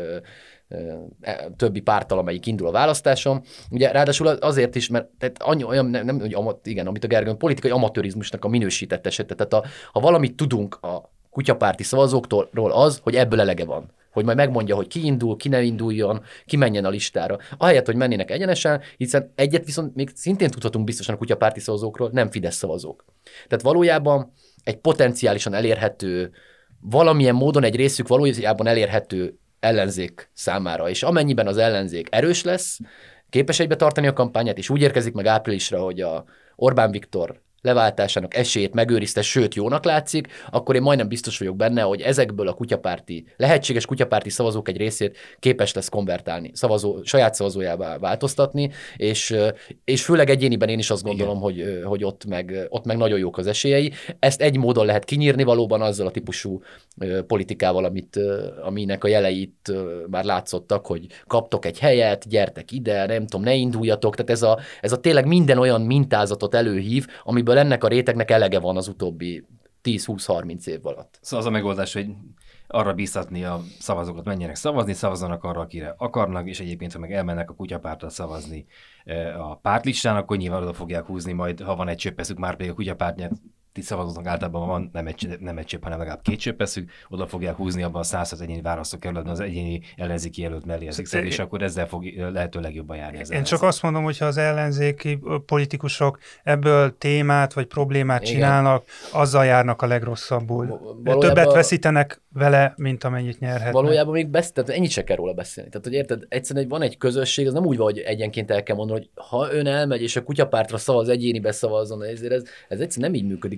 többi párttal, amelyik indul a választáson. Ugye ráadásul azért is, mert amit a Gergő politikai amatőrizmusnak a minősített esete. Tehát ha valamit tudunk a kutyapárti szavazóktól az, hogy ebből elege van. Hogy majd megmondja, hogy ki indul, ki ne induljon, ki menjen a listára. Ahelyett, hogy mennének egyenesen, hiszen egyet viszont még szintén tudhatunk biztosan a kutyapárti szavazókról, nem Fidesz szavazók. Tehát valójában egy potenciálisan elérhető, valamilyen módon egy részük valójában elérhető ellenzék számára. És amennyiben az ellenzék erős lesz, képes egybe tartani a kampányát, és úgy érkezik meg áprilisra, hogy a Orbán Viktor leváltásának esélyét megőrizte, sőt jónak látszik, akkor én majdnem biztos vagyok benne, hogy ezekből a lehetséges kutyapárti szavazók egy részét képes lesz konvertálni, saját szavazójává változtatni, és főleg egyéniben én is azt gondolom, hogy ott meg nagyon jók az esélyei. Ezt egy módon lehet kinyírni valóban azzal a típusú politikával, aminek a jeleit már látszottak, hogy kaptok egy helyet, gyertek ide, nem tudom, ne induljatok, tehát ez a tényleg minden olyan mintázatot előhív, amiből ennek a rétegnek elege van az utóbbi 10-20-30 év alatt. Szóval az a megoldás, hogy arra bíztatni a szavazókat, menjenek szavazni, szavazzanak arra, akire akarnak, és egyébként, ha meg elmennek a kutyapártra szavazni a pártlistán, akkor nyilván oda fogják húzni majd, ha van egy csöppeszük, már pedig a kutyapártnyát szavazóknak általában van, nem egy csöpp, hanem legalább két csöppeszük, oda fogják húzni abban a 106 egyéni választókerületben az egyéni ellenzéki jelölt mellé és akkor ezzel fog lehető legjobban járni. Én csak azt mondom, hogyha az ellenzéki politikusok ebből témát vagy problémát csinálnak, azzal járnak a legrosszabbul. Többet veszítenek vele, mint amennyit nyerhetnek. Valójában még tehát ennyit se kell róla beszélni. Tehát, hogy érted, egyszerűen van egy közösség, az nem úgy van, hogy egyenként el kell mondani, hogy ha ön elmegy és a kutyapártra szavaz, egyénibe szavazzon, ez egyszerűen nem így működik.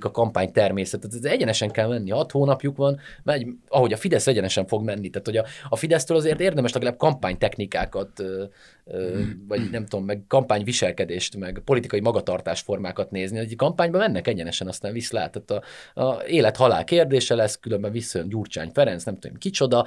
a kampány természet. Ez egyenesen kell menni, 6 hónapjuk van, megy, ahogy a Fidesz egyenesen fog menni. Tehát, hogy a Fidesztől azért érdemes legalább kampánytechnikákat, vagy nem tudom, meg kampányviselkedést, meg politikai magatartásformákat nézni. Egy kampányban mennek egyenesen, aztán viszlát. Tehát a élet-halál kérdése lesz, különben visszajön Gyurcsány Ferenc, nem tudom kicsoda,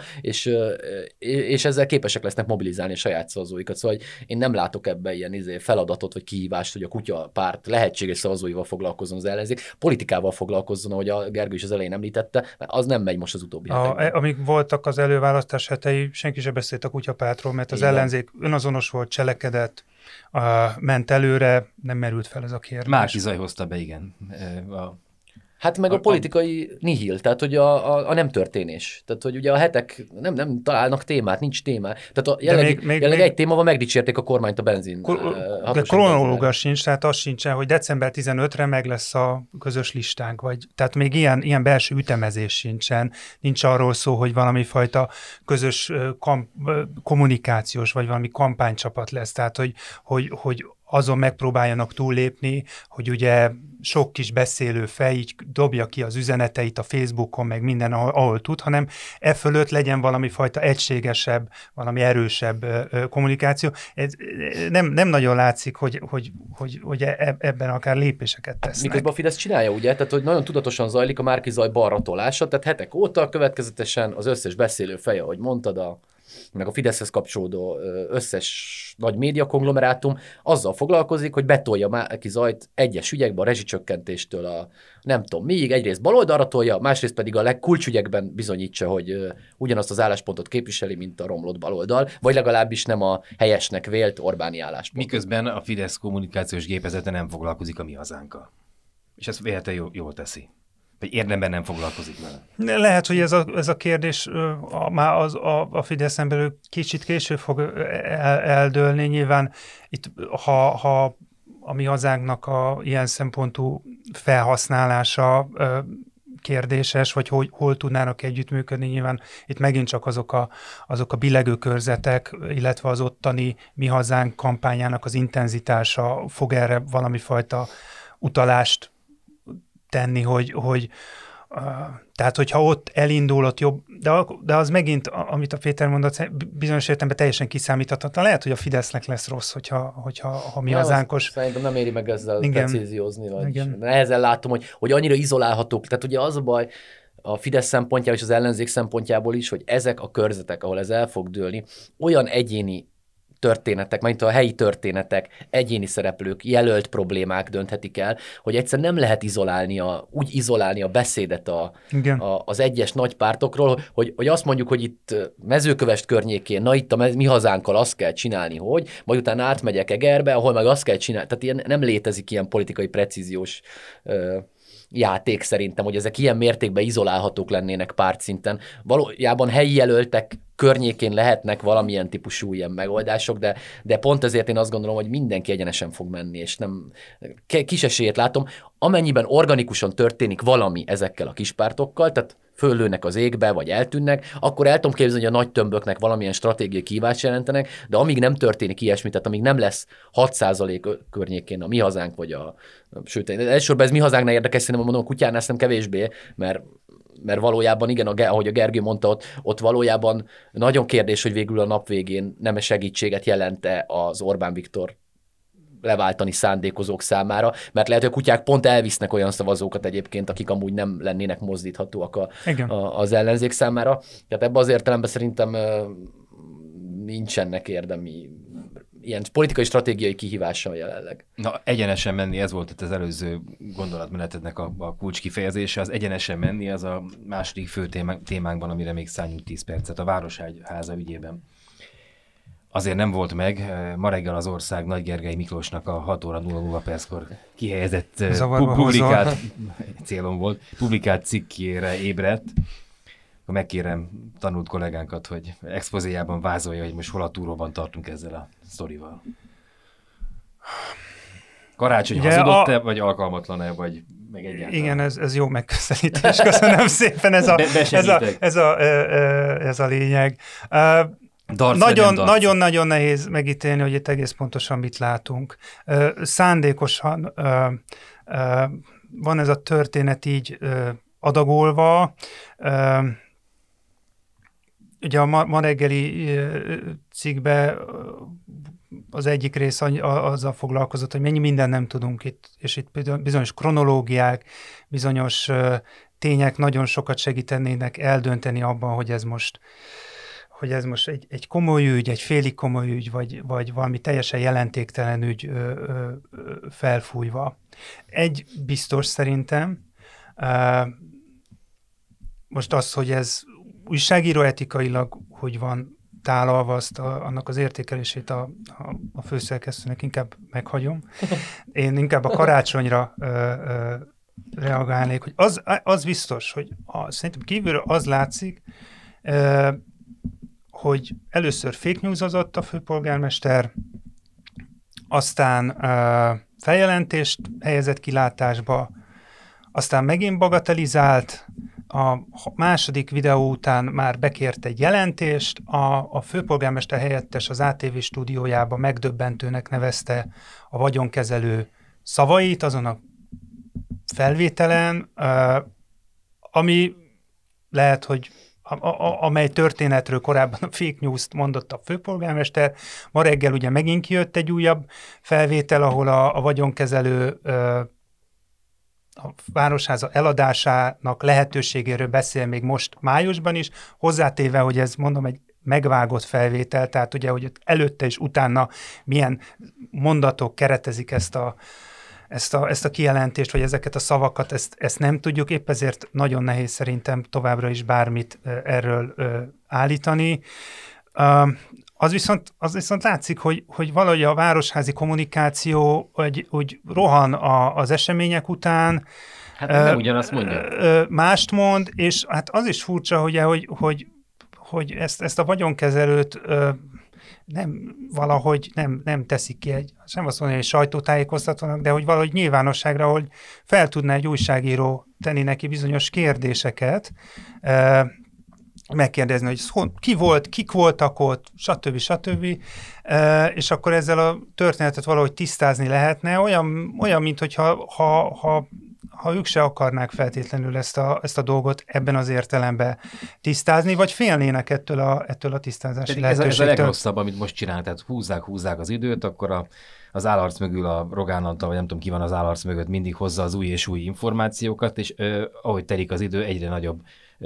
és ezzel képesek lesznek mobilizálni a saját szavazóikat. Szóval én nem látok ebben ilyen feladatot, vagy kihívást, hogy a kutyapárt lehetséges szavazóival foglalkozzon az ellenzék, politikával foglalkozzon, ahogy a Gergő is az elején említette, mert az nem megy most az utóbbi hetekben. Amíg voltak az előválasztás hetei, senki sem beszélt a kutyapártról, mert az ellenzék önazonos volt, cselekedett, ment előre, nem merült fel ez a kérdés. Márki-Zay hozta be, igen. Hát meg a politikai nihil, tehát hogy a nem történés. Tehát, hogy ugye a hetek nem találnak témát, nincs téma. Tehát jelenleg egy téma van, megdicsérték a kormányt a benzin. De kronológia sincs, tehát az sincsen, hogy december 15-re meg lesz a közös listánk, tehát még ilyen belső ütemezés sincsen. Nincs arról szó, hogy valami fajta közös kommunikációs, vagy valami kampánycsapat lesz. Tehát, hogy azon megpróbáljanak túllépni, hogy ugye sok kis beszélő fej így dobja ki az üzeneteit a Facebookon, meg minden, ahol tud, hanem fölött legyen valami fajta egységesebb, valami erősebb kommunikáció. Ez nem nagyon látszik, hogy ebben akár lépéseket tesznek. Miközben a Fidesz csinálja, ugye? Tehát, hogy nagyon tudatosan zajlik a Márki-Zay balra tolása, tehát hetek óta következetesen az összes beszélő fej, ahogy mondtad, meg a Fideszhez kapcsolódó összes nagy médiakonglomerátum azzal foglalkozik, hogy betolja Márki-Zayt egyes ügyekben, a rezsicsökkentéstől a nem tudom miig, egyrészt baloldalra tolja, másrészt pedig a legkulcsügyekben bizonyítsa, hogy ugyanazt az álláspontot képviseli, mint a romlott baloldal, vagy legalábbis nem a helyesnek vélt Orbáni álláspont. Miközben a Fidesz kommunikációs gépezete nem foglalkozik a Mi Hazánkkal. És ezt véletlenül jól teszi. Vagy érdemben nem foglalkozik vele. Lehet, hogy ez a kérdés már a Fideszen belül kicsit később fog eldőlni. Nyilván itt, ha a Mi Hazánknak a ilyen szempontú felhasználása kérdéses, vagy hol tudnának együttműködni, nyilván itt megint csak azok a billegő körzetek, illetve az ottani Mi Hazánk kampányának az intenzitása fog erre valami fajta utalást tenni, tehát hogyha ott elindul, ott jobb, de az megint, amit a Péter mondott, bizonyos értelemben teljesen kiszámíthatatlan. Lehet, hogy a Fidesznek lesz rossz, hogyha Mi Hazánkos. Szerintem nem éri meg ezzel precíziózni, vagy nehezen látom, hogy annyira izolálhatók. Tehát ugye az a baj a Fidesz szempontjából és az ellenzék szempontjából is, hogy ezek a körzetek, ahol ez el fog dőlni, olyan egyéni történetek, mint a helyi történetek, egyéni szereplők, jelölt problémák dönthetik el, hogy egyszer nem lehet úgy izolálni a beszédet az egyes nagy pártokról, hogy azt mondjuk, hogy itt Mezőkövesd környékén, na itt a Mi Hazánkkal azt kell csinálni, hogy majd utána átmegyek Egerbe, ahol meg azt kell csinálni. Tehát nem létezik ilyen politikai precíziós játék szerintem, hogy ezek ilyen mértékben izolálhatók lennének pártszinten. Valójában helyi jelöltek környékén lehetnek valamilyen típusú ilyen megoldások, de pont ezért én azt gondolom, hogy mindenki egyenesen fog menni, és nem kis esélyét látom. Amennyiben organikusan történik valami ezekkel a kispártokkal, tehát föllőnek az égbe, vagy eltűnnek, akkor el tudom képzelni, hogy a nagy tömböknek valamilyen stratégiai kívást jelentenek, de amíg nem történik ilyesmi, tehát amíg nem lesz 6% környékén a Mi Hazánk, vagy sőt, elsősorban ez Mi Hazánknál érdekes, szerintem mondom, a Kutyánál szerintem kevésbé, mert valójában igen, ahogy a Gergő mondta, ott valójában nagyon kérdés, hogy végül a nap végén nem segítséget jelente az Orbán Viktor leváltani szándékozók számára, mert lehet, hogy a kutyák pont elvisznek olyan szavazókat egyébként, akik amúgy nem lennének mozdíthatóak az ellenzék számára. Tehát ebben az értelemben szerintem nincsenek érdemi ilyen politikai stratégiai kihívással jelenleg. Na, egyenesen menni, ez volt az előző gondolatmenetednek a kulcs kifejezése. Az egyenesen menni, az a második fő témánkban, amire még szálljunk 10 percet, a Városháza ügyében. Azért nem volt meg. Ma reggel az ország Nagy Gergely Miklósnak a 6 óra 00 perckor kihelyezett publikált cikkére ébredt. Megkérem tanult kollégánkat, hogy expozéjában vázolja, hogy most hol a túróban tartunk ezzel a sztorival. Karácsony hazudott-e, vagy alkalmatlan-e, vagy meg egyáltalán? Igen, ez jó megközelítés. Köszönöm szépen, ez a lényeg. Nagyon nehéz megítélni, hogy itt egész pontosan mit látunk. Szándékosan van ez a történet így adagolva. Ugye a ma reggeli cikkben az egyik rész azzal foglalkozott, hogy mennyi mindent nem tudunk itt, és itt bizonyos kronológiák, bizonyos tények nagyon sokat segítenének eldönteni abban, hogy ez most egy komoly ügy, egy félig komoly ügy, vagy valami teljesen jelentéktelen ügy felfújva. Egy biztos szerintem, most az, hogy ez újságíró etikailag, hogy van tálalva, annak az értékelését a főszerkesztőnek inkább meghagyom. Én inkább a karácsonyra reagálnék, hogy az biztos, hogy szerintem kívülről az látszik, hogy először fake newsozott a főpolgármester, aztán feljelentést helyezett kilátásba, aztán megint bagatelizált, a második videó után már bekért egy jelentést, a főpolgármester helyettes az ATV stúdiójába megdöbbentőnek nevezte a vagyonkezelő szavait azon a felvételen, ami lehet, hogy amely történetről korábban a fake news-t mondott a főpolgármester. Ma reggel ugye megint kijött egy újabb felvétel, ahol a vagyonkezelő a Városháza eladásának lehetőségéről beszél még most májusban is, hozzátéve, hogy ez mondom egy megvágott felvétel, tehát ugye, hogy előtte és utána milyen mondatok keretezik ezt a kijelentést, vagy ezeket a szavakat, ezt nem tudjuk, épp ezért nagyon nehéz szerintem továbbra is bármit erről állítani. Az viszont látszik, hogy valahogy a városházi kommunikáció úgy rohan az események után. Hát nem ugyanazt mondja. Mást mond, és hát az is furcsa, ugye, hogy ezt a vagyonkezelőt valahogy nem teszik ki sem azt mondani, hogy sajtótájékoztatónak, de hogy valahogy nyilvánosságra, hogy fel tudna egy újságíró tenni neki bizonyos kérdéseket, megkérdezni, hogy ki volt, kik voltak ott, stb. És akkor ezzel a történetet valahogy tisztázni lehetne, olyan mint ha ők se akarnák feltétlenül ezt a dolgot ebben az értelemben tisztázni, vagy félnének ettől a tisztázási lehetőségtől. Ez a legrosszabb, amit most csinál, tehát húzzák az időt, akkor az állarc mögül a Rogán Antal, vagy nem tudom ki van az állarc mögött, mindig hozza az új és új információkat, és ahogy telik az idő, egyre nagyobb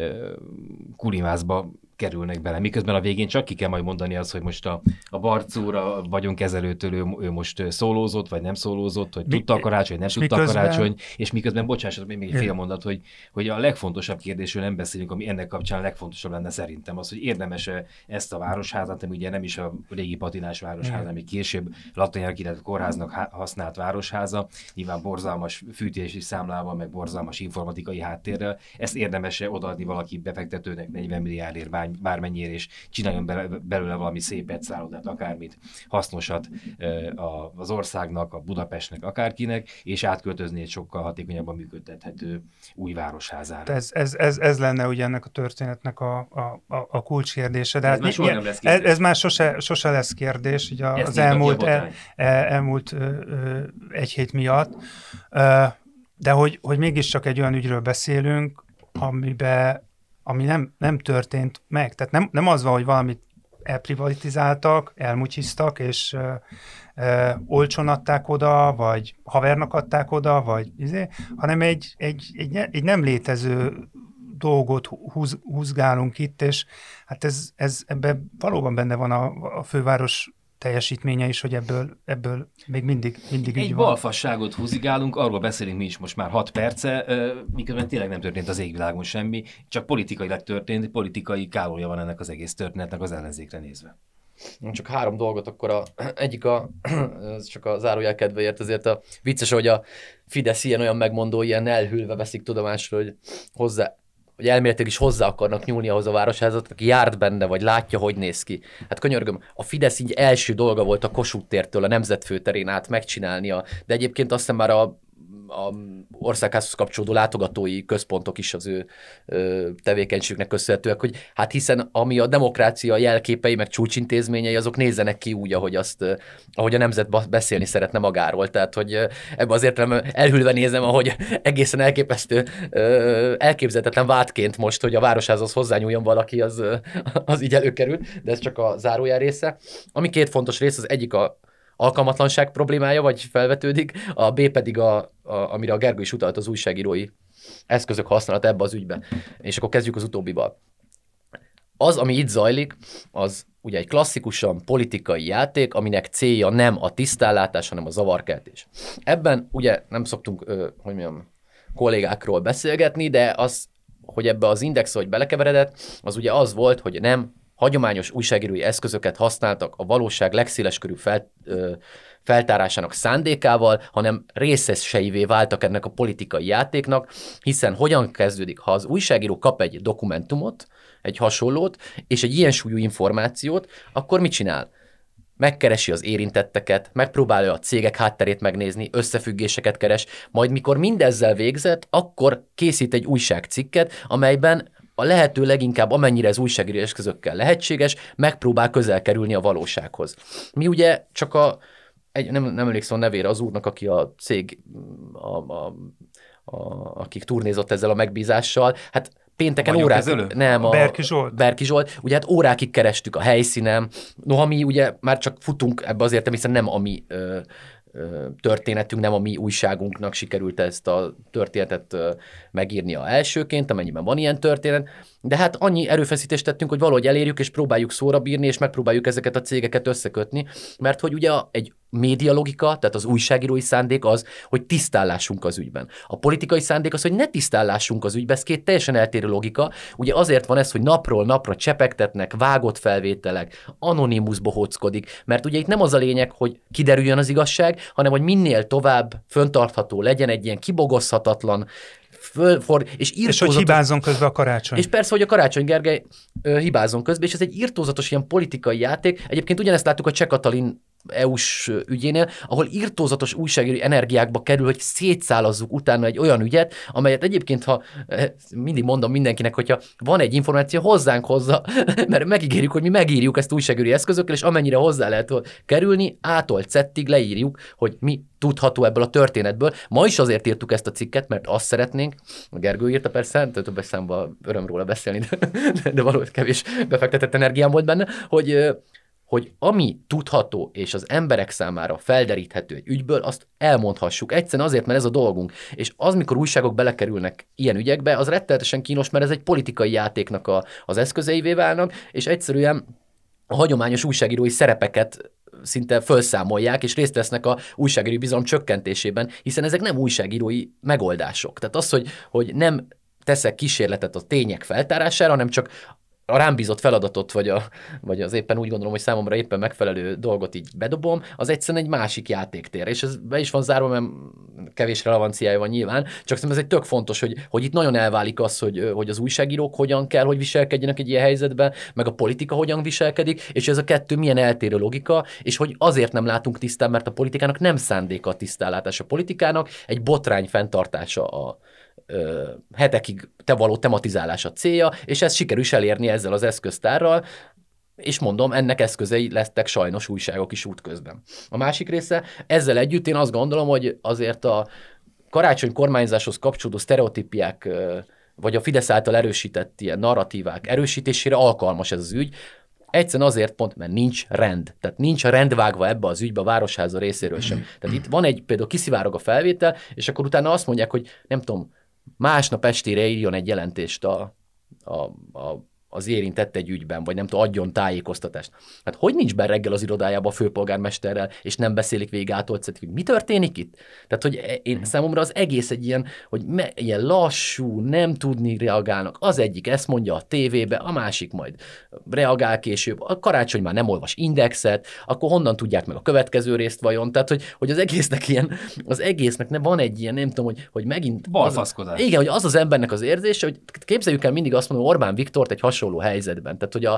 kulimászba kerülnek bele. Miközben a végén csak ki kell majd mondani azt, hogy most a Barcúra, a vagyonkezelőtől ő most szólózott, vagy nem szólózott, hogy tudta a karácsony, nem tudta a karácsony, és miközben, bocsássatok, még egy fél mondat, hogy a legfontosabb kérdésről nem beszélünk, ami ennek kapcsán legfontosabb lenne szerintem az, hogy érdemes-e ezt a városházat, ami ugye nem is a régi patinás városház, ami később latonnyelkilet kórháznak használt városháza, nyilván borzalmas fűtési számlával, meg borzalmas informatikai háttérrel, ezt érdemes-e odaadni valaki befektetőnek 40 milliárdért bármennyire, és csináljon belőle valami szép egyszállodát, akármit hasznosat az országnak, a Budapestnek, akárkinek, és átköltözni egy sokkal hatékonyabban működtethető új városházára. Ez lenne ugye ennek a történetnek a kulcskérdése. De ez már soha nem lesz kérdés. Ez már sose lesz kérdés, ugye az elmúlt egy hét miatt. De hogy mégiscsak egy olyan ügyről beszélünk, ami nem történt meg. Tehát nem az van, hogy valamit elprivatizáltak, elmutyiztak, és olcsón adták oda, vagy havernak adták oda, vagy hanem egy nem létező dolgot húzgálunk itt, és hát ebben valóban benne van a főváros teljesítménye is, hogy ebből még mindig így van. Egy balfasságot húzigálunk, arról beszélünk mi is most már 6 perce, miközben tényleg nem történt az égvilágon semmi, csak politikailag történt, politikai kálója van ennek az egész történetnek az ellenzékre nézve. Csak 3 dolgot, akkor egyik csak a zárójel kedvéért, azért a vicces, hogy a Fidesz olyan megmondó, ilyen elhűlve veszik tudomásra, hogy elméletileg is hozzá akarnak nyúlni ahhoz a városházat, aki járt benne, vagy látja, hogy néz ki. Hát könyörgöm, a Fidesz így első dolga volt a Kossuth tértől a Nemzet főterén át megcsinálnia, de egyébként azt hiszem már a a országházhoz kapcsolódó látogatói központok is az ő tevékenységüknek köszönhetőek, hogy hát hiszen ami a demokrácia jelképei, meg csúcsintézményei, azok nézzenek ki úgy, ahogy a nemzet beszélni szeretne magáról. Tehát, hogy ebben az értelemben elhűlve nézem, ahogy egészen elképesztő, elképzelhetetlen vádként most, hogy a Városházhoz hozzányúljon valaki, az így előkerült, de ez csak a zárójel része. Ami két fontos rész, az egyik a alkalmatlanság problémája, vagy felvetődik, a B pedig, amire a Gergő is utalt, az újságírói eszközök használata ebbe az ügybe. És akkor kezdjük az utóbbival. Az, ami itt zajlik, az ugye egy klasszikusan politikai játék, aminek célja nem a tisztállátás, hanem a zavarkeltés. Ebben ugye nem szoktunk, hogy mondjam, kollégákról beszélgetni, de az, hogy ebbe az Index, hogy belekeveredett, az ugye az volt, hogy nem hagyományos újságírói eszközöket használtak a valóság legszéleskörű feltárásának szándékával, hanem részeseivé váltak ennek a politikai játéknak, hiszen hogyan kezdődik, ha az újságíró kap egy dokumentumot, egy hasonlót, és egy ilyen súlyú információt, akkor mit csinál? Megkeresi az érintetteket, megpróbálja a cégek hátterét megnézni, összefüggéseket keres, majd mikor mindezzel végzett, akkor készít egy újságcikket, amelyben a lehető leginkább, amennyire ez újságírói eszközökkel lehetséges, megpróbál közel kerülni a valósághoz. Mi ugye csak nem emlékszem a nevére az úrnak, aki a cég, akik turnézott ezzel a megbízással, hát pénteken órákig... Nem, Berki Zsolt. Ugye hát órákig kerestük a helyszínen. Noha mi ugye már csak futunk ebbe azért, hiszen nem a mi történetünk, nem a mi újságunknak sikerült ezt a történetet megírnia elsőként, amennyiben van ilyen történet, de hát annyi erőfeszítést tettünk, hogy valahogy elérjük, és próbáljuk szóra bírni, és megpróbáljuk ezeket a cégeket összekötni, mert hogy ugye egy médialogika, tehát az újságírói szándék az, hogy tisztállásunk az ügyben. A politikai szándék az, hogy ne tisztállásunk az ügyben, ez két teljesen eltérő logika. Ugye azért van ez, hogy napról napra csepegtetnek, vágott felvételek, anonimus bohóckodik, mert ugye itt nem az a lényeg, hogy kiderüljön az igazság, hanem hogy minél tovább föntartható legyen egy ilyen kibogozhatatlan, és hogy hibázzon közben a Karácsony. És persze, hogy a Karácsony Gergely hibázzon közben, és ez egy irtózatos ilyen politikai játék. Egyébként ugyanezt láttuk a Cseh Katalin EU-s ügyénél, ahol irtózatos újságírói energiákba kerül, hogy szétszálazzuk utána egy olyan ügyet, amelyet egyébként, ha mindig mondom mindenkinek, hogyha van egy információ, hozzánk hozza, mert megígérjük, hogy mi megírjuk ezt újságírói eszközökkel, és amennyire hozzá lehet kerülni, A-tól Z-ig leírjuk, hogy mi tudható ebből a történetből. Ma is azért írtuk ezt a cikket, mert azt szeretnénk, a Gergő írta persze, többes számban öröm róla beszélni, de valahogy kevés befektetett energiám volt benne, hogy ami tudható és az emberek számára felderíthető egy ügyből, azt elmondhassuk. Egyszerűen azért, mert ez a dolgunk. És az, mikor újságok belekerülnek ilyen ügyekbe, az rettenetesen kínos, mert ez egy politikai játéknak az eszközeivé válnak, és egyszerűen a hagyományos újságírói szerepeket szinte felszámolják, és részt vesznek a újságírói bizalom csökkentésében, hiszen ezek nem újságírói megoldások. Tehát az, hogy nem teszek kísérletet a tények feltárására, hanem csak a rám bízott feladatot, vagy az éppen úgy gondolom, hogy számomra éppen megfelelő dolgot így bedobom, az egyszerűen egy másik játéktér. És ez be is van zárva, mert kevés relevanciája van nyilván, csak szerintem ez egy tök fontos, hogy itt nagyon elválik az, hogy az újságírók hogyan kell, hogy viselkedjenek egy ilyen helyzetben, meg a politika hogyan viselkedik, és ez a kettő milyen eltérő logika, és hogy azért nem látunk tisztán, mert a politikának nem szándéka a tisztállátás. A politikának egy botrány fenntartása a hetekig való tematizálása célja, és ezt sikerül is elérni ezzel az eszköztárral, és mondom, ennek eszközei lettek sajnos újságok is útközben. A másik része, ezzel együtt én azt gondolom, hogy azért a Karácsony kormányzáshoz kapcsolódó sztereotípiák, vagy a Fidesz által erősített ilyen narratívák erősítésére alkalmas ez az ügy, egyszerűen azért pont, mert nincs rend. Tehát nincs a rend vágva ebbe az ügybe a Városháza részéről sem. Tehát itt van például kiszivárog a felvétel, és akkor utána azt mondják, hogy nem tudom, másnap estére írjon egy jelentést az érintett egy ügyben, vagy nem tudom, adjon tájékoztatást. Hát hogy nincs be reggel az irodájába a főpolgármesterrel, és nem beszélik végig hogy mi történik itt? Tehát, hogy én számomra az egész egy ilyen, hogy ilyen lassú, nem tudni reagálnak. Az egyik ezt mondja a tévébe, a másik majd reagál később. A Karácsony már nem olvas Indexet, akkor honnan tudják meg a következő részt vajon? Tehát, hogy az egésznek ilyen, az egésznek van egy ilyen, nem tudom, hogy megint... Balfaszkodás. Igen, hogy az embernek az érzése, hogy képzeljük el mindig azt mondom, Orbán Viktort egy hasonló helyzetben. Tehát, hogy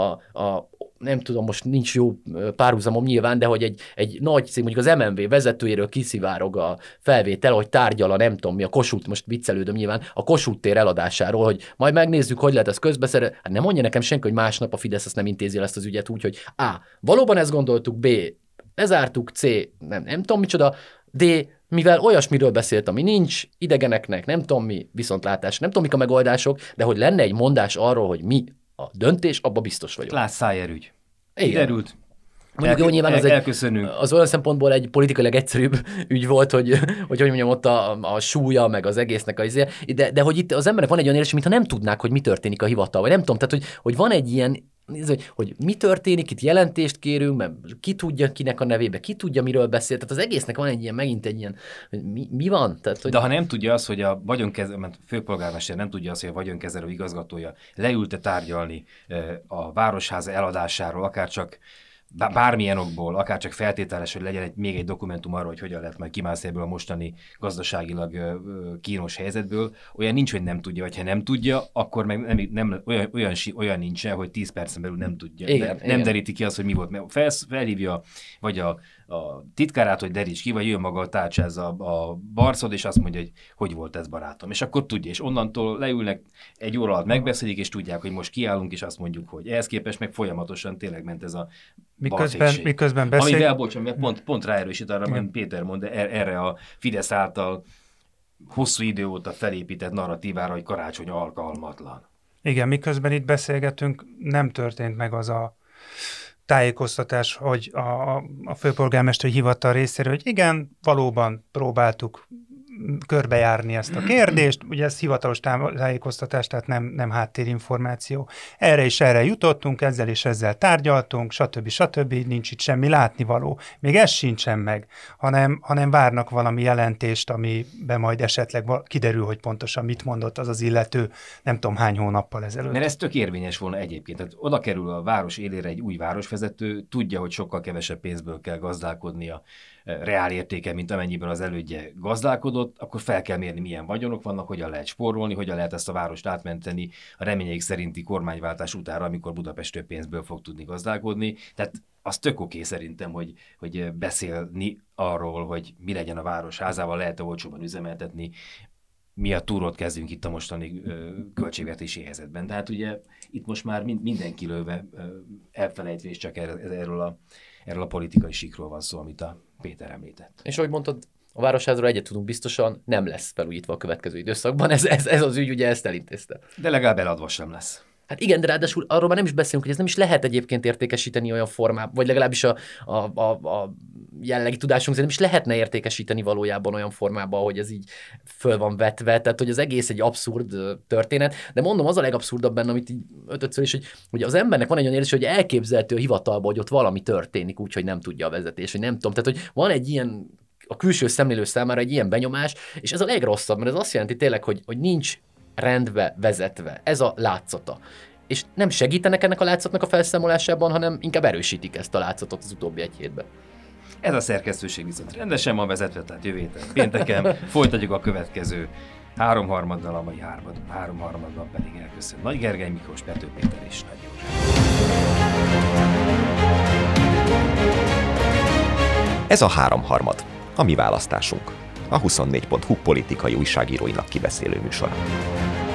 a nem tudom, most nincs jó párhuzamom nyilván, de hogy egy nagy cég, mondjuk az MNV vezetőjéről kiszivárog a felvétel, hogy tárgyal a nem tudom mi, a Kossuth, most viccelődöm nyilván, a Kossuth tér eladásáról, hogy majd megnézzük, hogy lehet ezt közbeszerezni. Hát nem mondja nekem senki, hogy másnap a Fidesz ezt nem intézi el ezt az ügyet úgy, hogy A. Valóban ezt gondoltuk, B. Lezártuk, C. Nem tudom micsoda, D. Mivel olyasmiről beszélt, ami nincs, idegeneknek, nem tudom mi, viszontlátás, nem tudom mik a megoldások, de hogy lenne egy mondás arról, hogy mi a döntés, abba biztos vagyok. Lásd Szájer ügy. Igen. Kiderült. Mondjuk jó, nyilván Elköszönünk. az olyan szempontból egy politikailag egyszerűbb ügy volt, hogy mondjam, ott a súlya, meg az egésznek de hogy itt az emberek van egy olyan érzés, mintha nem tudnák, hogy mi történik a hivatal, vagy nem tudom, tehát hogy van egy ilyen, hogy mi történik, itt jelentést kérünk, mert ki tudja kinek a nevébe, ki tudja miről beszél, tehát az egésznek van egy ilyen, megint egy ilyen, hogy mi van? Tehát, hogy... De ha nem tudja az, hogy a vagyonkezelő, mert főpolgármester nem tudja azt, hogy a vagyonkezelő igazgatója leülte tárgyalni a városháza eladásáról, akár csak bármilyen okból, akár csak feltételes, hogy legyen még egy dokumentum arról, hogy hogyan lehet majd kimászni ebből a mostani gazdaságilag kínos helyzetből, olyan nincs, hogy nem tudja, vagy ha nem tudja, akkor meg nem olyan nincsen, hogy 10 percen belül nem tudja. Nem deríti ki azt, hogy mi volt. Mert felhívja, vagy a titkárát, hogy deríts ki, vagy jön maga tárcsázza a barcod, és azt mondja, hogy volt ez, barátom. És akkor tudja, és onnantól leülnek egy óra alatt megbeszélik, és tudják, hogy most kiállunk, és azt mondjuk, hogy ehhez képest meg folyamatosan tényleg ment ez a miközben beszél... Amivel, bocsánat, pont ráerősít arra, amit Péter mond, erre a Fidesz által hosszú idő óta felépített narratívára, hogy Karácsony alkalmatlan. Igen, miközben itt beszélgetünk, nem történt meg az a tájékoztatás, hogy a főpolgármesteri hivatal részéről, hogy igen, valóban próbáltuk körbejárni ezt a kérdést, ugye ez hivatalos tájékoztatás, tehát nem háttérinformáció. Erre is erre jutottunk, ezzel és ezzel tárgyaltunk, stb. Nincs itt semmi látnivaló. Még ez sincsen meg, hanem várnak valami jelentést, amiben majd esetleg kiderül, hogy pontosan mit mondott az az illető, nem tudom hány hónappal ezelőtt. Mert ez tök érvényes volna egyébként. Tehát oda kerül a város élére egy új városvezető, tudja, hogy sokkal kevesebb pénzből kell gazdálkodnia, reál értéke, mint amennyiből az elődje gazdálkodott, akkor fel kell mérni, milyen vagyonok vannak, hogyan lehet spórolni, hogyan lehet ezt a várost átmenteni a reményeik szerinti kormányváltás utára, amikor Budapest több pénzből fog tudni gazdálkodni. Tehát az tök oké szerintem, hogy beszélni arról, hogy mi legyen a városházával, lehet-e olcsóban üzemeltetni, mi a túrót kezdünk itt a mostani költségvetési helyzetben. Tehát ugye itt most már mindenki lőve elfelejtve, és csak erről a politikai síkról van szó, amit a Péter említett. És ahogy mondtad, a városházról egyet tudunk biztosan, nem lesz felújítva a következő időszakban. Ez az ügy, ugye ezt elintézte. De legalább eladva sem lesz. Hát igen, de ráadásul arról már nem is beszélünk, hogy ez nem is lehet egyébként értékesíteni olyan formában, vagy legalábbis a jellegi tudásunk szerint nem is lehetne értékesíteni valójában olyan formában, hogy ez így föl van vetve, tehát hogy az egész egy abszurd történet, de mondom, az a legabszurdabb benne, amit így ötödször is, hogy az embernek van egy olyan érzés, hogy elképzelhető a hivatalban, hogy ott valami történik úgy, hogy nem tudja a vezetés, hogy nem tudom, tehát hogy van egy ilyen a külső szemlélő számára egy ilyen benyomás, és ez a legrosszabb, mert ez azt jelenti tényleg, hogy nincs rendbe vezetve. Ez a látszata. És nem segítenek ennek a látszatnak a felszámolásában, hanem inkább erősítik ezt a látszatot az utóbbi egy hétben. Ez a szerkesztőség viszont rendesen van vezetve, tehát jövő héten pénteken folytatjuk a következő 3/3-dal, a mai 3/3-ban pedig elköszön Nagy Gergely Miklós, Pető Péter és Nagy József. Ez a 3/3, a mi választásunk. A 24.hu politikai újságíróinak kibeszélő műsora.